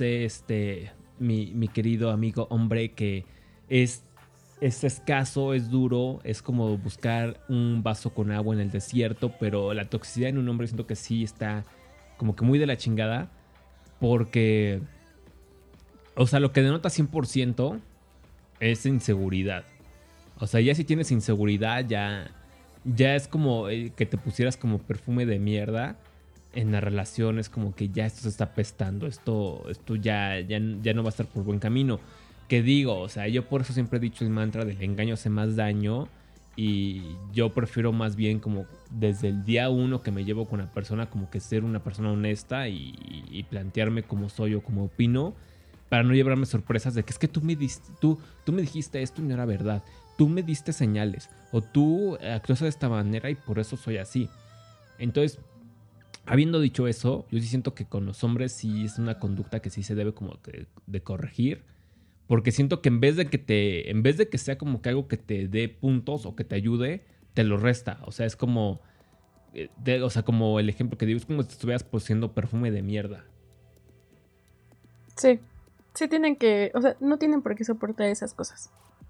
mi querido amigo hombre que es escaso, es duro, es como buscar un vaso con agua en el desierto, pero la toxicidad en un hombre siento que sí está como que muy de la chingada, porque, o sea, lo que denota 100% es inseguridad. O sea, ya si tienes inseguridad, ya es como que te pusieras como perfume de mierda en la relación, es como que ya esto se está apestando, esto ya no va a estar por buen camino. Que digo, o sea, yo por eso siempre he dicho el mantra del engaño hace más daño, y yo prefiero más bien como desde el día uno que me llevo con la persona, como que ser una persona honesta y plantearme cómo soy o cómo opino, para no llevarme sorpresas de que es que tú me dijiste esto y no era verdad, tú me diste señales o tú actuaste de esta manera y por eso soy así. Entonces, habiendo dicho eso, yo sí siento que con los hombres sí es una conducta que sí se debe como de corregir. Porque siento que en vez de que sea como que algo que te dé puntos o que te ayude, te lo resta. O sea, es como o sea, como el ejemplo que digo, es como si te estuvieras poniendo perfume de mierda. Sí. Sí tienen que, o sea, no tienen por qué soportar esas cosas.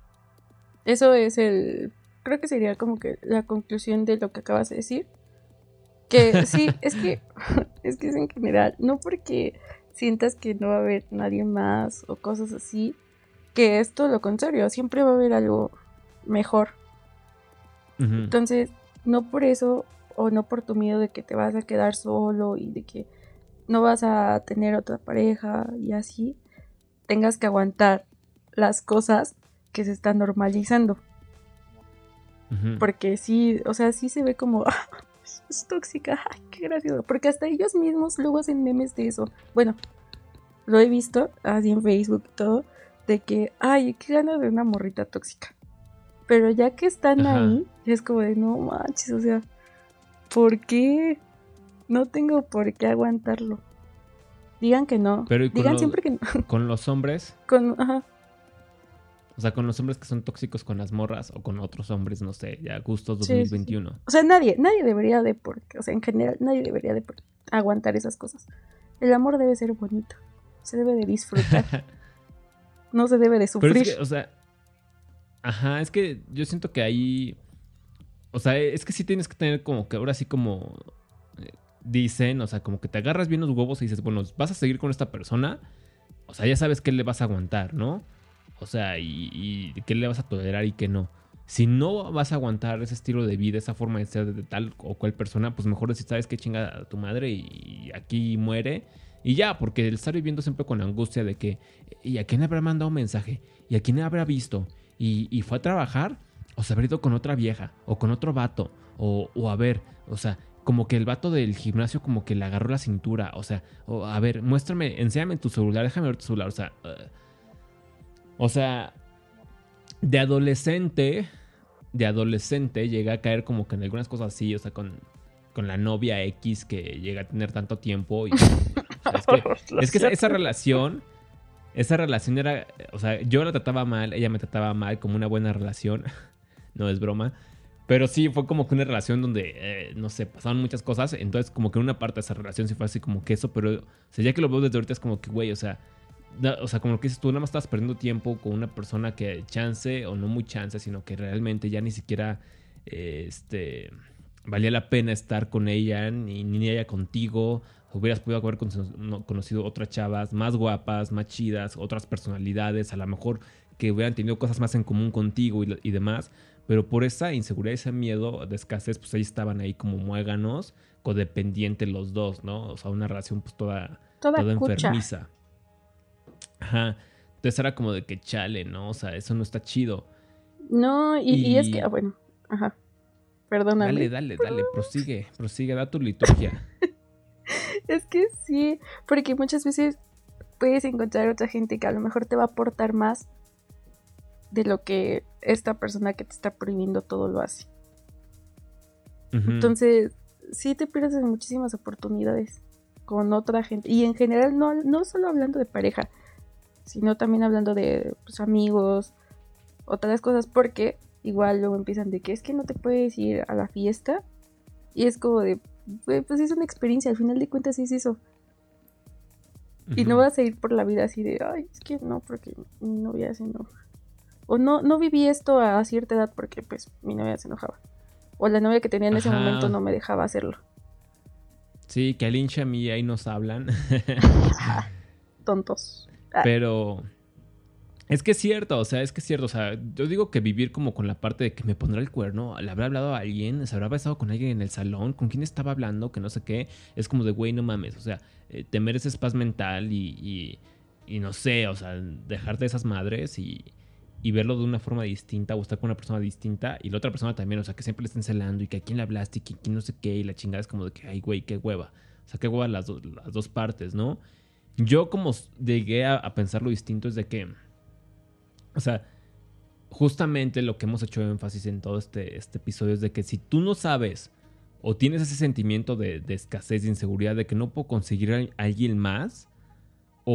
Eso es creo que sería como que la conclusión de lo que acabas de decir. Que sí, es que es en general, no porque sientas que no va a haber nadie más o cosas así, que es todo lo contrario, siempre va a haber algo mejor. Uh-huh. Entonces, no por eso o no por tu miedo de que te vas a quedar solo y de que no vas a tener otra pareja y así, tengas que aguantar las cosas que se están normalizando. Uh-huh. Porque sí, o sea, sí se ve como es tóxica, ay, qué gracioso, porque hasta ellos mismos luego hacen memes de eso. Bueno, lo he visto así en Facebook y todo, de que, ay, qué ganas de una morrita tóxica. Pero ya que están Ajá. ahí, es como de, no manches, o sea, ¿por qué? No tengo por qué aguantarlo. Digan que no. Pero ¿y Digan siempre que no. con los hombres? Ajá. O sea, con los hombres que son tóxicos con las morras o con otros hombres, no sé, ya gustos Sí, 2021. sí. O sea, nadie debería de o sea, en general, nadie debería de aguantar esas cosas. El amor debe ser bonito. Se debe de disfrutar. No se debe de sufrir. Pero es que, o sea, ajá, es que yo siento que ahí, o sea, es que sí tienes que tener como que ahora sí como dicen, o sea, como que te agarras bien los huevos y dices, bueno, vas a seguir con esta persona, o sea, ya sabes qué le vas a aguantar, ¿no? O sea, y qué le vas a tolerar y qué no. Si no vas a aguantar ese estilo de vida, esa forma de ser de tal o cual persona, pues mejor decir, sabes qué, chinga a tu madre y aquí muere. Y ya, porque el estar viviendo siempre con la angustia de que, ¿y a quién le habrá mandado un mensaje? ¿Y a quién le habrá visto? ¿Y fue a trabajar? ¿O se habrá ido con otra vieja? ¿O con otro vato? O a ver, o sea, como que el vato del gimnasio como que le agarró la cintura. O sea, a ver, muéstrame, enséñame tu celular, déjame ver tu celular. O sea, de adolescente llega a caer como que en algunas cosas así, o sea, con la novia X que llega a tener tanto tiempo. Y, o sea, es que esa relación era, o sea, yo la trataba mal, ella me trataba mal, como una buena relación. No es broma. Pero sí, fue como que una relación donde, no sé, pasaron muchas cosas. Entonces, como que una parte de esa relación sí fue así como que eso. Pero, o sea, ya que lo veo desde ahorita es como que, güey, o sea, como que dices tú, nada más estás perdiendo tiempo con una persona que chance, o no muy chance, sino que realmente ya ni siquiera, valía la pena estar con ella, ni ella contigo. Hubieras podido haber conocido otras chavas más guapas, más chidas, otras personalidades, a lo mejor que hubieran tenido cosas más en común contigo y demás. Pero por esa inseguridad, ese miedo de escasez, pues ahí estaban ahí como muéganos, codependientes los dos, ¿no? O sea, una relación pues toda enfermiza. Ajá. Entonces era como de que chale, ¿no? O sea, eso no está chido. No, y es que, bueno, ajá. Perdóname. Dale, prosigue, da tu liturgia. Es que sí, porque muchas veces puedes encontrar otra gente que a lo mejor te va a aportar más de lo que esta persona que te está prohibiendo todo lo hace. Uh-huh. Entonces, sí te pierdes muchísimas oportunidades con otra gente. Y en general, no solo hablando de pareja, sino también hablando de pues, amigos, otras cosas, porque igual luego empiezan de que es que no te puedes ir a la fiesta. Y es como de, pues es una experiencia, al final de cuentas es eso. Uh-huh. Y no vas a ir por la vida así de, ay, es que no, porque mi novia se enoja. O no viví esto a cierta edad porque pues mi novia se enojaba. O la novia que tenía en ese momento no me dejaba hacerlo. Sí, que al hincha a mí ahí nos hablan. Tontos. Pero es que es cierto, o sea, yo digo que vivir como con la parte de que me pondrá el cuerno, le habrá hablado a alguien, se habrá besado con alguien en el salón, con quién estaba hablando, que no sé qué, es como de, güey, no mames, o sea, te mereces paz mental y no sé, o sea, dejarte de esas madres y verlo de una forma distinta o estar con una persona distinta y la otra persona también, o sea, que siempre le estén celando y que a quién le hablaste y que quién no sé qué y la chingada es como de que, ay, güey, qué hueva, o sea, qué hueva las dos partes, ¿no? Yo como llegué a pensar lo distinto es de que, o sea, justamente lo que hemos hecho énfasis en todo este episodio es de que si tú no sabes o tienes ese sentimiento de escasez, de inseguridad, de que no puedo conseguir a alguien más,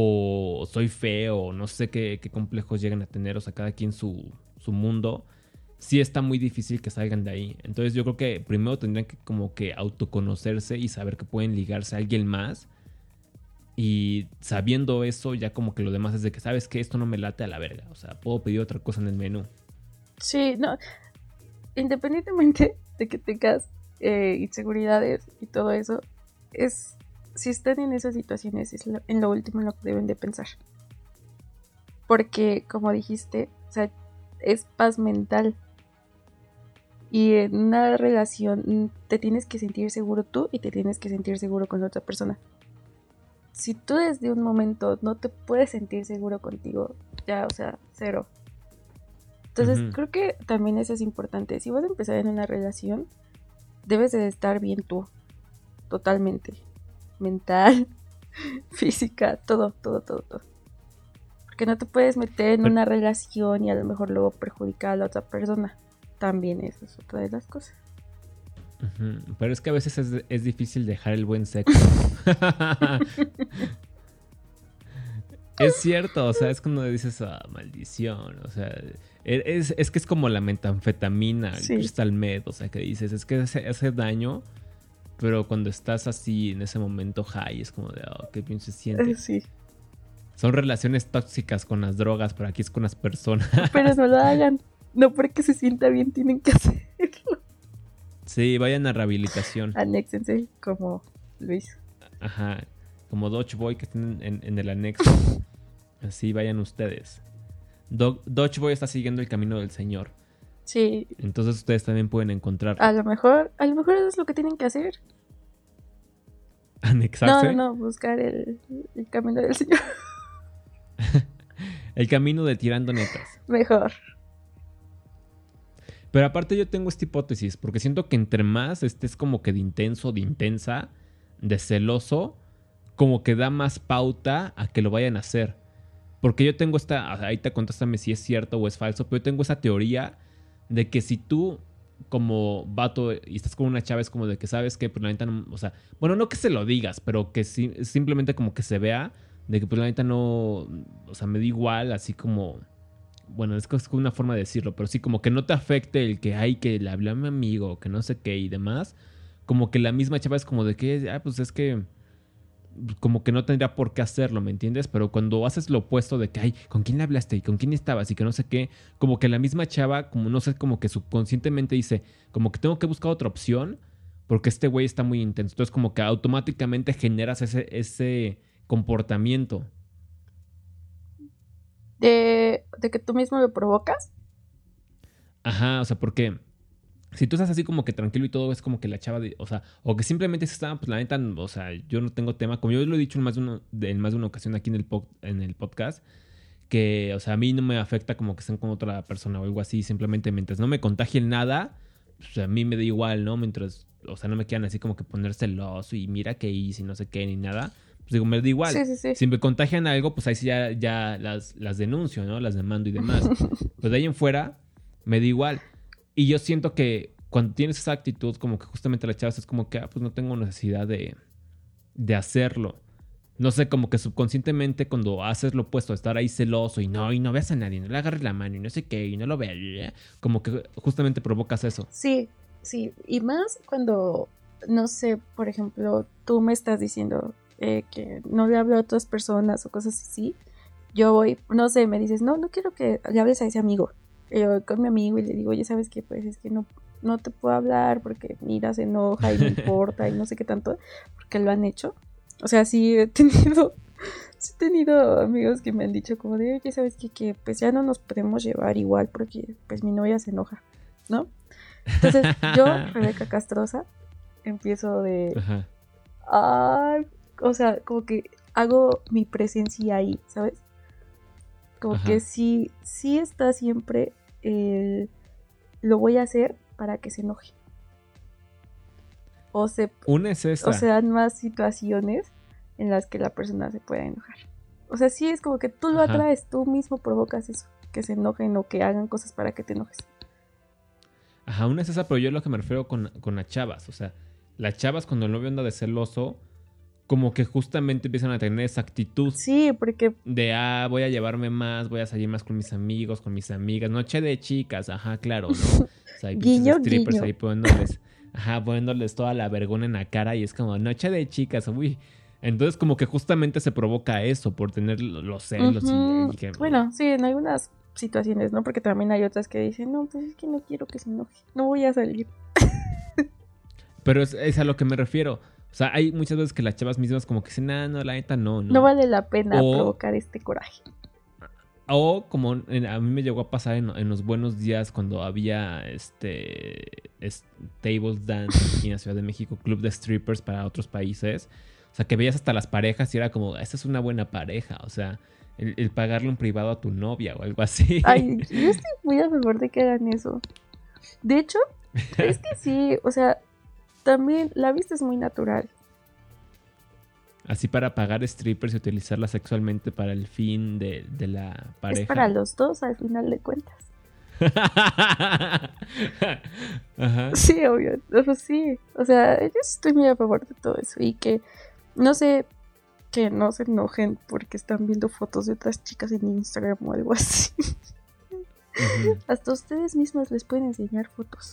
o soy feo, o no sé qué complejos llegan a tener, o sea, cada quien su mundo, sí está muy difícil que salgan de ahí. Entonces yo creo que primero tendrían que como que autoconocerse y saber que pueden ligarse a alguien más. Y sabiendo eso, ya como que lo demás es de que, ¿sabes qué? Esto no me late a la verga. O sea, puedo pedir otra cosa en el menú. Sí, no, independientemente de que tengas inseguridades y todo eso, si están en esas situaciones, en lo último en lo que deben de pensar. Porque, como dijiste, o sea, es paz mental. Y en una relación te tienes que sentir seguro tú y te tienes que sentir seguro con la otra persona. Si tú desde un momento no te puedes sentir seguro contigo, ya, o sea, cero. Entonces, creo que también eso es importante. Si vas a empezar en una relación, debes de estar bien tú, totalmente. Mental, física, todo. Porque no te puedes meter en una relación y a lo mejor luego perjudicar a la otra persona. También eso es otra de las cosas. Pero es que a veces es difícil dejar el buen sexo. Es cierto, o sea, es cuando dices, maldición, o sea, es que es como la metanfetamina, el crystal meth, o sea, que dices, es que hace daño, pero cuando estás así en ese momento high, es como de, qué bien se siente. Sí. Son relaciones tóxicas con las drogas, pero aquí es con las personas. Pero no lo hagan, no porque se sienta bien tienen que hacerlo. Sí, vayan a rehabilitación. Anéxense como Luis. Ajá, como Dodge Boy que estén en el anexo. Así vayan ustedes. Dodge Boy está siguiendo el camino del Señor. Sí. Entonces ustedes también pueden encontrar. A lo mejor eso es lo que tienen que hacer. ¿Anexarse? No, buscar el camino del Señor. El camino de tirando netas. Mejor. Pero aparte yo tengo esta hipótesis, porque siento que entre más estés como que de intenso, de intensa, de celoso, como que da más pauta a que lo vayan a hacer. Porque yo tengo ahí te contéstame si es cierto o es falso, pero yo tengo esa teoría de que si tú como vato y estás con una chava es como de que sabes que pues la neta no, o sea, bueno, no que se lo digas, pero que simplemente como que se vea de que pues la neta no, o sea, me da igual, así como, bueno, es como una forma de decirlo, pero sí como que no te afecte el que hay que le hablé a mi amigo, que no sé qué y demás, como que la misma chava es como de que, pues es que como que no tendría por qué hacerlo, ¿me entiendes? Pero cuando haces lo opuesto de que, ay, ¿con quién le hablaste? ¿Y con quién estabas? Y que no sé qué, como que la misma chava, como no sé, como que subconscientemente dice, como que tengo que buscar otra opción porque este güey está muy intenso. Entonces como que automáticamente generas ese comportamiento. ¿De que tú mismo lo provocas? Ajá, o sea, porque si tú estás así como que tranquilo y todo, es como que la chava, o sea, o que simplemente se está, pues la neta, o sea, yo no tengo tema, como yo lo he dicho en más de una ocasión aquí en el podcast, que, o sea, a mí no me afecta como que estén con otra persona o algo así, simplemente mientras no me contagien nada, pues a mí me da igual, ¿no? Mientras, o sea, no me quieran así como que poner celoso y mira que hice y no sé qué ni nada, pues digo, me da igual. Sí. Si me contagian algo, pues ahí sí ya las denuncio, ¿no? Las demando y demás. Pues de ahí en fuera, me da igual. Y yo siento que cuando tienes esa actitud, como que justamente la chava es como que, pues no tengo necesidad de hacerlo. No sé, como que subconscientemente cuando haces lo opuesto, estar ahí celoso y no veas a nadie, no le agarres la mano y no sé qué, y no lo veas, como que justamente provocas eso. Sí. Y más cuando, no sé, por ejemplo, tú me estás diciendo que no le hablo a otras personas o cosas así. Yo voy, no sé, me dices, no quiero que le hables a ese amigo. Yo con mi amigo y le digo, oye, ¿sabes qué? Pues es que no te puedo hablar porque mira, se enoja y no importa y no sé qué tanto, porque lo han hecho. O sea, sí he tenido amigos que me han dicho como de, oye, ¿sabes qué? Que pues ya no nos podemos llevar igual porque pues mi novia se enoja, ¿no? Entonces yo, Rebeca Castrosa, empiezo de, ay, o sea, como que hago mi presencia ahí, ¿sabes? Como que sí está siempre lo voy a hacer para que se enoje. Una es esa. O sean más situaciones en las que la persona se pueda enojar. O sea, sí es como que tú lo atraes, tú mismo provocas eso, que se enojen o que hagan cosas para que te enojes. Ajá, una es esa, pero yo lo que me refiero con las chavas. O sea, las chavas cuando el novio anda de celoso, como que justamente empiezan a tener esa actitud Sí, porque de, voy a llevarme más, voy a salir más con mis amigos, con mis amigas, noche de chicas, ajá, claro, ¿no? O sea, hay pinches guiño, strippers guiño. ahí poniéndoles toda la vergüenza en la cara y es como, noche de chicas, uy. Entonces como que justamente se provoca eso por tener los celos Ujú. y que... Bueno, sí, en algunas situaciones, ¿no? Porque también hay otras que dicen, no, pues es que no quiero que se enoje, no voy a salir. Pero es a lo que me refiero. O sea, hay muchas veces que las chavas mismas como que dicen, no, la neta no. No vale la pena O- provocar este coraje. O como a mí me llegó a pasar en los buenos días cuando había tables dance aquí en la Ciudad de México, club de strippers para otros países. O sea, que veías hasta las parejas y era como, esta es una buena pareja. O sea, el pagarle un privado a tu novia o algo así. Ay, yo estoy muy a favor de que hagan eso. De hecho, es que sí, o sea, también la vista es muy natural. Así para pagar strippers y utilizarla sexualmente para el fin de la pareja. Es para los dos al final de cuentas. Ajá. Sí, obvio, pues sí. O sea, yo estoy muy a favor de todo eso y que no sé, que no se enojen porque están viendo fotos de otras chicas en Instagram o algo así. Ujú. Hasta ustedes mismos les pueden enseñar fotos.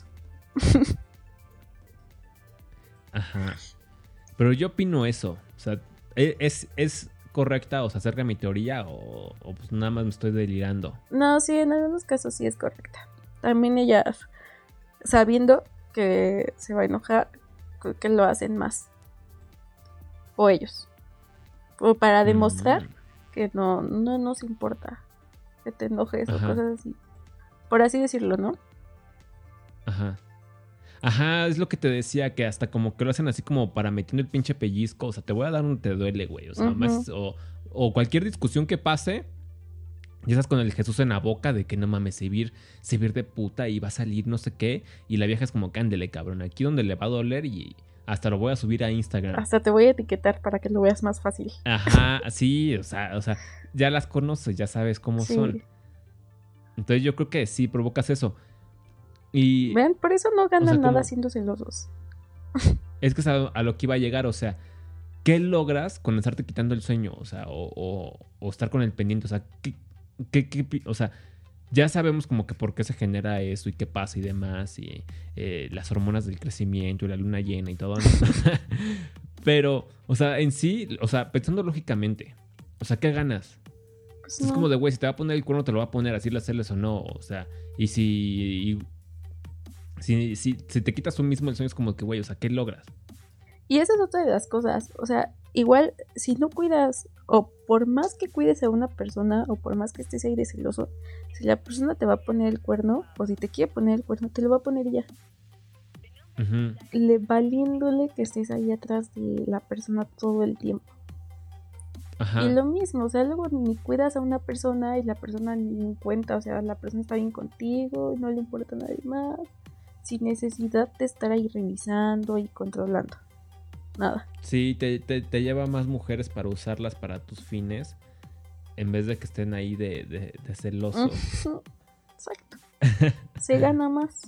Ajá. Pero yo opino eso. O sea, ¿es correcta o se acerca a mi teoría o pues nada más me estoy delirando? No, sí, en algunos casos sí es correcta. También ellas, sabiendo que se va a enojar, creo que lo hacen más. O ellos. O para demostrar Mm. que no nos importa que te enojes o Ajá. cosas así. Por así decirlo, ¿no? Ajá. Ajá, es lo que te decía, que hasta como que lo hacen así como para metiendo el pinche pellizco. O sea, te voy a dar un te duele, güey. O sea, Ujú. más, o cualquier discusión que pase, ya estás con el Jesús en la boca de que no mames, se vir de puta y va a salir no sé qué. Y la vieja es como, cándele, cabrón. Aquí donde le va a doler y hasta lo voy a subir a Instagram. Hasta te voy a etiquetar para que lo veas más fácil. Ajá, sí, o sea, ya las conoces, ya sabes cómo Sí. son. Entonces yo creo que sí provocas eso. Y ¿Ven? Por eso no ganan o sea, nada como- siendo celosos. es que es a lo que iba a llegar, o sea, ¿qué logras con estarte quitando el sueño? O sea, o estar con el pendiente, o sea, o sea, ya sabemos como que por qué se genera eso y qué pasa y demás, y las hormonas del crecimiento y la luna llena y todo, ¿no? Pero, o sea, en sí, o sea, pensando lógicamente, o sea, ¿qué ganas? Pues Es no. como de, güey, si te va a poner el cuerno, te lo va a poner, así le hacerles o no. O sea, y si te quitas tú mismo el sueño, es como que, güey, o sea, ¿qué logras? Y esa es otra de las cosas. O sea, igual, si no cuidas, o por más que cuides a una persona, o por más que estés ahí de celoso, si la persona te va a poner el cuerno, o si te quiere poner el cuerno, te lo va a poner ya. Ujú. Valiéndole que estés ahí atrás de la persona todo el tiempo. Ajá. Y lo mismo, o sea, luego ni cuidas a una persona y la persona ni en cuenta, o sea, la persona está bien contigo y no le importa a nadie más, sin necesidad de estar ahí revisando y controlando. Nada. Sí, te lleva más mujeres para usarlas para tus fines, en vez de que estén ahí de celosos. Exacto. Se gana más.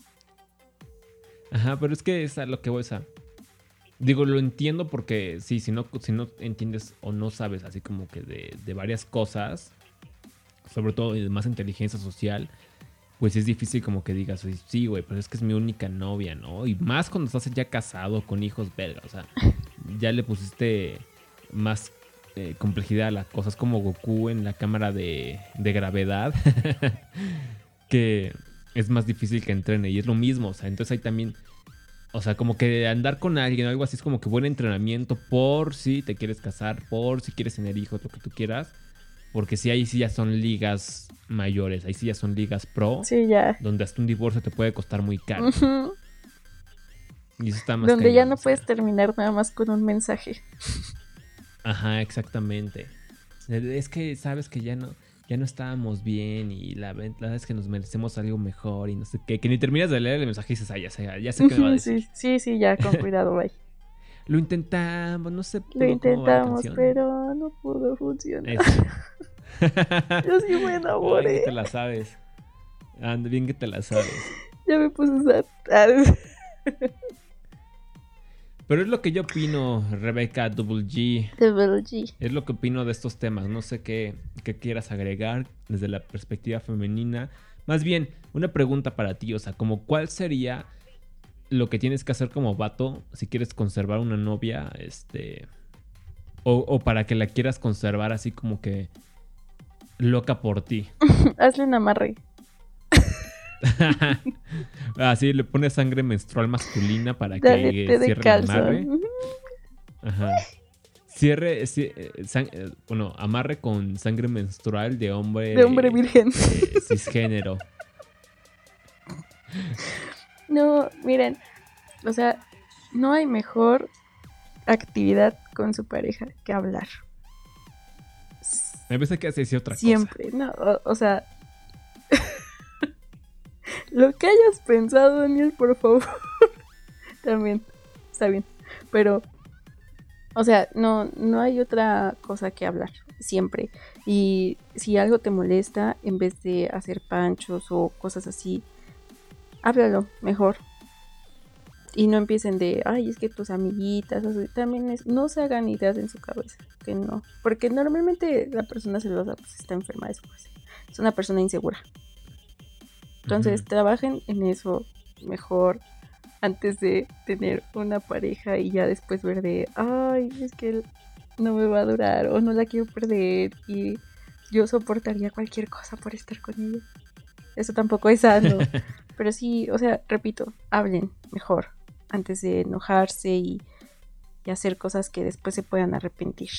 Ajá, pero es que es a lo que voy, o sea, digo, lo entiendo porque sí, si no entiendes o no sabes así como que de varias cosas, sobre todo de más inteligencia social, pues es difícil como que digas, "Oye, sí, güey, pero es que es mi única novia, ¿no?" Y más cuando estás ya casado con hijos, verga, o sea, ya le pusiste más complejidad a las cosas, como Goku en la cámara de gravedad, que es más difícil que entrene y es lo mismo, o sea, entonces hay también, o sea, como que andar con alguien o algo así es como que buen entrenamiento por si te quieres casar, por si quieres tener hijos, lo que tú quieras. Porque sí, ahí sí ya son ligas mayores, ahí sí ya son ligas pro, Sí, ya. donde hasta un divorcio te puede costar muy caro. Ujú. Y eso está más Donde ya cañón, no o sea. puedes terminar nada más con un mensaje. Ajá, exactamente. Es que sabes que ya no estábamos bien y la verdad es que nos merecemos algo mejor y no sé qué. Que ni terminas de leer el mensaje y dices, ya sé qué me va a decir. Sí, ya, con cuidado, bye. Lo intentamos, no sé Lo cómo va la intentamos, canción. pero no pudo funcionar. Eso. Yo sí me Ay, enamoré. que te la sabes. Anda, bien que te la sabes. Ya me puse sad. Pero es lo que yo opino, Rebeca Double G. Double G. Es lo que opino de estos temas. No sé qué quieras agregar desde la perspectiva femenina. Más bien, una pregunta para ti. O sea, como ¿cuál sería lo que tienes que hacer como vato si quieres conservar una novia? O para que la quieras conservar así como que loca por ti. Hazle un amarre. Así le pones sangre menstrual masculina para Dale, que té de cierre el calzón. amarre. Ajá. Amarre con sangre menstrual de hombre virgen. cisgénero. No, miren, o sea, no hay mejor actividad con su pareja que hablar. Me parece que hace otra cosa. Siempre, no, o sea, lo que hayas pensado, Daniel, por favor, también está bien, pero, o sea, no hay otra cosa que hablar, siempre. Y si algo te molesta, en vez de hacer panchos o cosas así, háblalo mejor. Y no empiecen de, ay, es que tus amiguitas, también no se hagan ideas en su cabeza, que no. Porque normalmente la persona celosa pues está enferma después. Es una persona insegura. Entonces, trabajen en eso mejor antes de tener una pareja y ya después ver de, ay, es que él no me va a durar o no la quiero perder y yo soportaría cualquier cosa por estar con ella. Eso tampoco es sano. Pero sí, o sea, repito, hablen mejor antes de enojarse y hacer cosas que después se puedan arrepentir.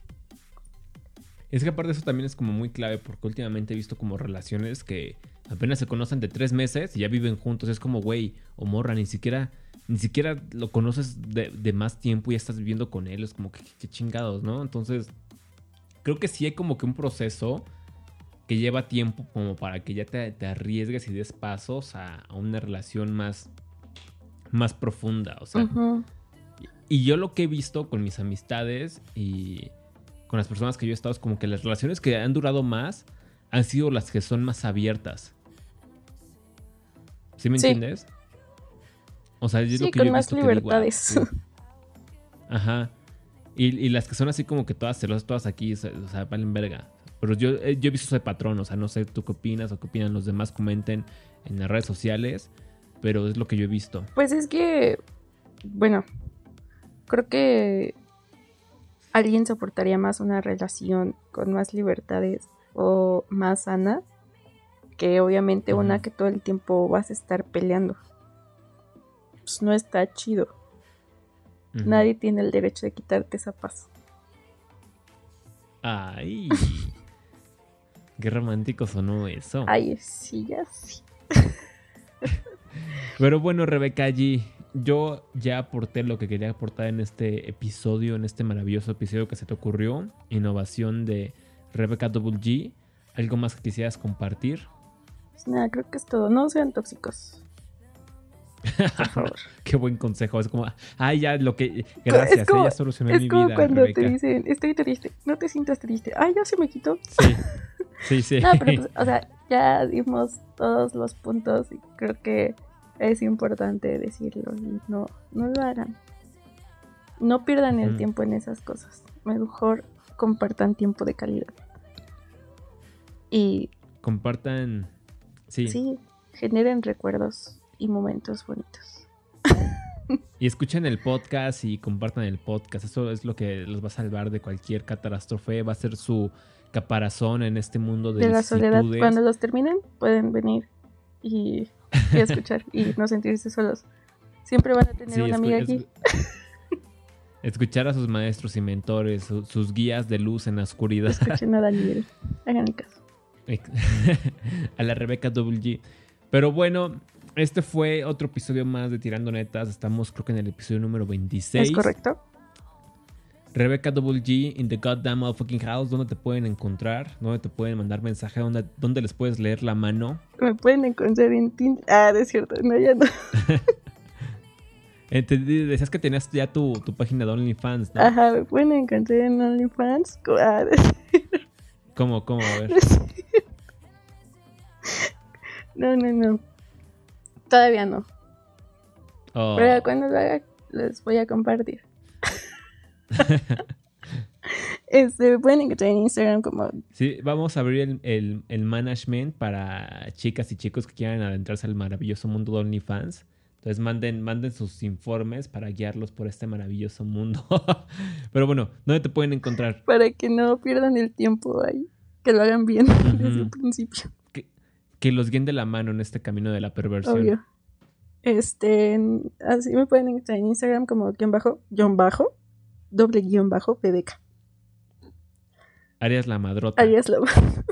Es que aparte eso también es como muy clave porque últimamente he visto como relaciones que apenas se conocen de 3 meses y ya viven juntos. Es como, güey, o morra, ni siquiera lo conoces de más tiempo y ya estás viviendo con él. Es como que chingados, ¿no? Entonces, creo que sí hay como que un proceso que lleva tiempo como para que ya te arriesgues y des pasos a una relación más profunda, o sea. Y yo lo que he visto con mis amistades y con las personas que yo he estado es como que las relaciones que han durado más han sido las que son más abiertas. ¿Sí me entiendes? O sea, es lo que yo he visto, con más libertades. Ajá. Y las que son así como que todas celosas, todas aquí, o sea, valen verga. Pero yo he visto ese patrón, o sea, no sé tú qué opinas o qué opinan los demás, comenten en las redes sociales, pero es lo que yo he visto. Pues es que, bueno, creo que alguien soportaría más una relación con más libertades o más sana que obviamente una que todo el tiempo vas a estar peleando. Pues no está chido. Nadie tiene el derecho de quitarte esa paz. Ay, qué romántico sonó eso. Ay, sí, ya sí. Pero bueno, Rebeca G, yo ya aporté lo que quería aportar en este episodio, en este maravilloso episodio que se te ocurrió. Innovación de Rebeca Double G. ¿Algo más que quisieras compartir? Pues nada, creo que es todo. No sean tóxicos. Por favor. Qué buen consejo. Es como, ay, ya lo que. Gracias, ella solucionó mi vida. Es como cuando Rebeca. te dicen, estoy triste, no te sientas triste. Ay, ya se me quitó. Sí. No, pero pues, o sea, ya dimos todos los puntos y creo que es importante decirlo. Y no lo hagan. No pierdan el tiempo en esas cosas. Mejor compartan tiempo de calidad. Y compartan. Sí, generen recuerdos y momentos bonitos. Y escuchen el podcast y compartan el podcast. Eso es lo que los va a salvar de cualquier catástrofe. Va a ser su caparazón en este mundo de la soledad. vicisitudes. Cuando los terminen, pueden venir y escuchar y no sentirse solos. Siempre van a tener una amiga aquí. Escuchar a sus maestros y mentores, sus guías de luz en la oscuridad. Escuchen a Daniel. Hagan caso. A la Rebeca Double G. Pero bueno, este fue otro episodio más de Tirando Netas. Estamos creo que en el episodio número 26. ¿Es correcto? Rebeca Double G in the goddamn motherfucking house. ¿Dónde te pueden encontrar? ¿Dónde te pueden mandar mensaje? ¿Dónde les puedes leer la mano? Me pueden encontrar en Tinder. Ah, es cierto. No, ya no. Decías que tenías ya tu página de OnlyFans, ¿no? Ajá, me pueden encontrar en OnlyFans. ¿Cómo? A ver. No. Todavía no. Oh. Pero cuando lo haga, les voy a compartir. Me pueden encontrar en Instagram como... Sí, vamos a abrir el management para chicas y chicos que quieran adentrarse al maravilloso mundo de OnlyFans. Entonces manden sus informes para guiarlos por este maravilloso mundo. Pero bueno, ¿dónde te pueden encontrar? Para que no pierdan el tiempo ahí. Que lo hagan bien desde el principio. Que los guíen de la mano en este camino de la perversión. Obvio. Así me pueden encontrar en Instagram como _PDK. Arias la madrota. Arias la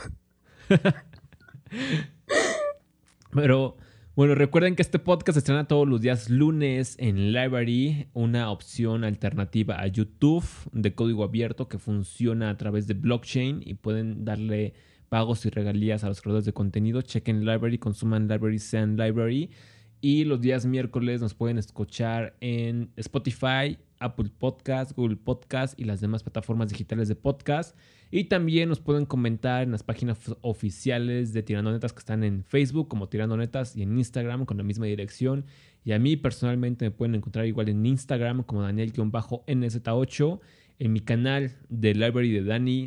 Pero bueno, recuerden que este podcast se estrena todos los días lunes en Library, una opción alternativa a YouTube de código abierto que funciona a través de blockchain y pueden darle pagos y regalías a los creadores de contenido. Chequen Library, consuman Library, sean Library. Y los días miércoles nos pueden escuchar en Spotify, Apple Podcast, Google Podcast y las demás plataformas digitales de podcast. Y también nos pueden comentar en las páginas oficiales de Tirando Netas que están en Facebook como Tirando Netas y en Instagram con la misma dirección. Y a mí personalmente me pueden encontrar igual en Instagram como Daniel-NZ8, en mi canal de Library de Dani,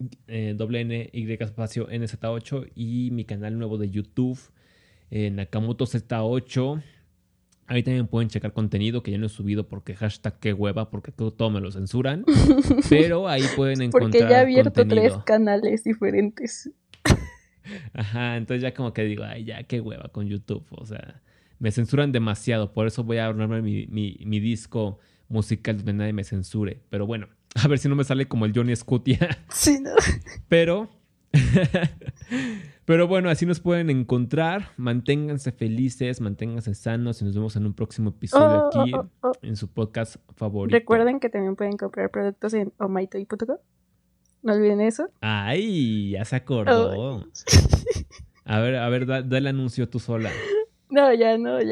NY_NZ8 y mi canal nuevo de YouTube, Nakamoto Z8. Ahí también pueden checar contenido que ya no he subido porque hashtag qué hueva, porque todo me lo censuran. Pero ahí pueden encontrar porque ya he abierto contenido. 3 canales diferentes. Ajá, entonces ya como que digo, ay, ya qué hueva con YouTube. O sea, me censuran demasiado. Por eso voy a armarme mi disco musical donde nadie me censure. Pero bueno, a ver si no me sale como el Johnny Scutia. Sí, no. Pero bueno, así nos pueden encontrar. Manténganse felices, manténganse sanos y nos vemos en un próximo episodio aquí en su podcast favorito. Recuerden que también pueden comprar productos en omaitoy.com. No olviden eso. ¡Ay! Ya se acordó. A ver, da el anuncio tú sola. No, ya.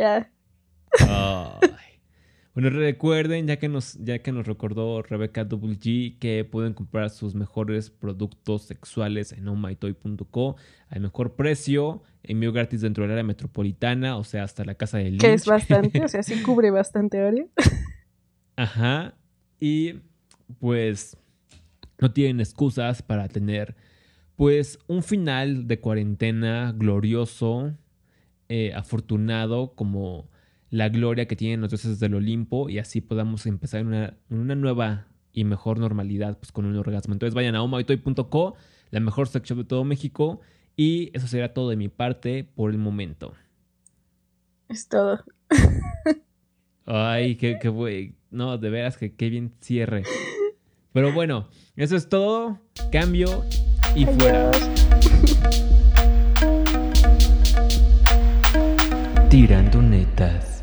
Ay. Bueno, recuerden, ya que nos recordó Rebeca Double G, que pueden comprar sus mejores productos sexuales en omytoy.co al mejor precio, envío gratis dentro del área metropolitana, o sea, hasta la casa del Lynch. Que es bastante, o sea, sí cubre bastante área. Ajá, y pues no tienen excusas para tener pues un final de cuarentena glorioso, afortunado, como la gloria que tienen los dioses del Olimpo, y así podamos empezar en una nueva y mejor normalidad pues con un orgasmo. Entonces vayan a omytoy.co, la mejor sex shop de todo México, y eso será todo de mi parte por el momento. Es todo. Ay, qué güey. No, de veras que qué bien cierre. Pero bueno, eso es todo. Cambio y Adiós. fuera. Tirando Netas.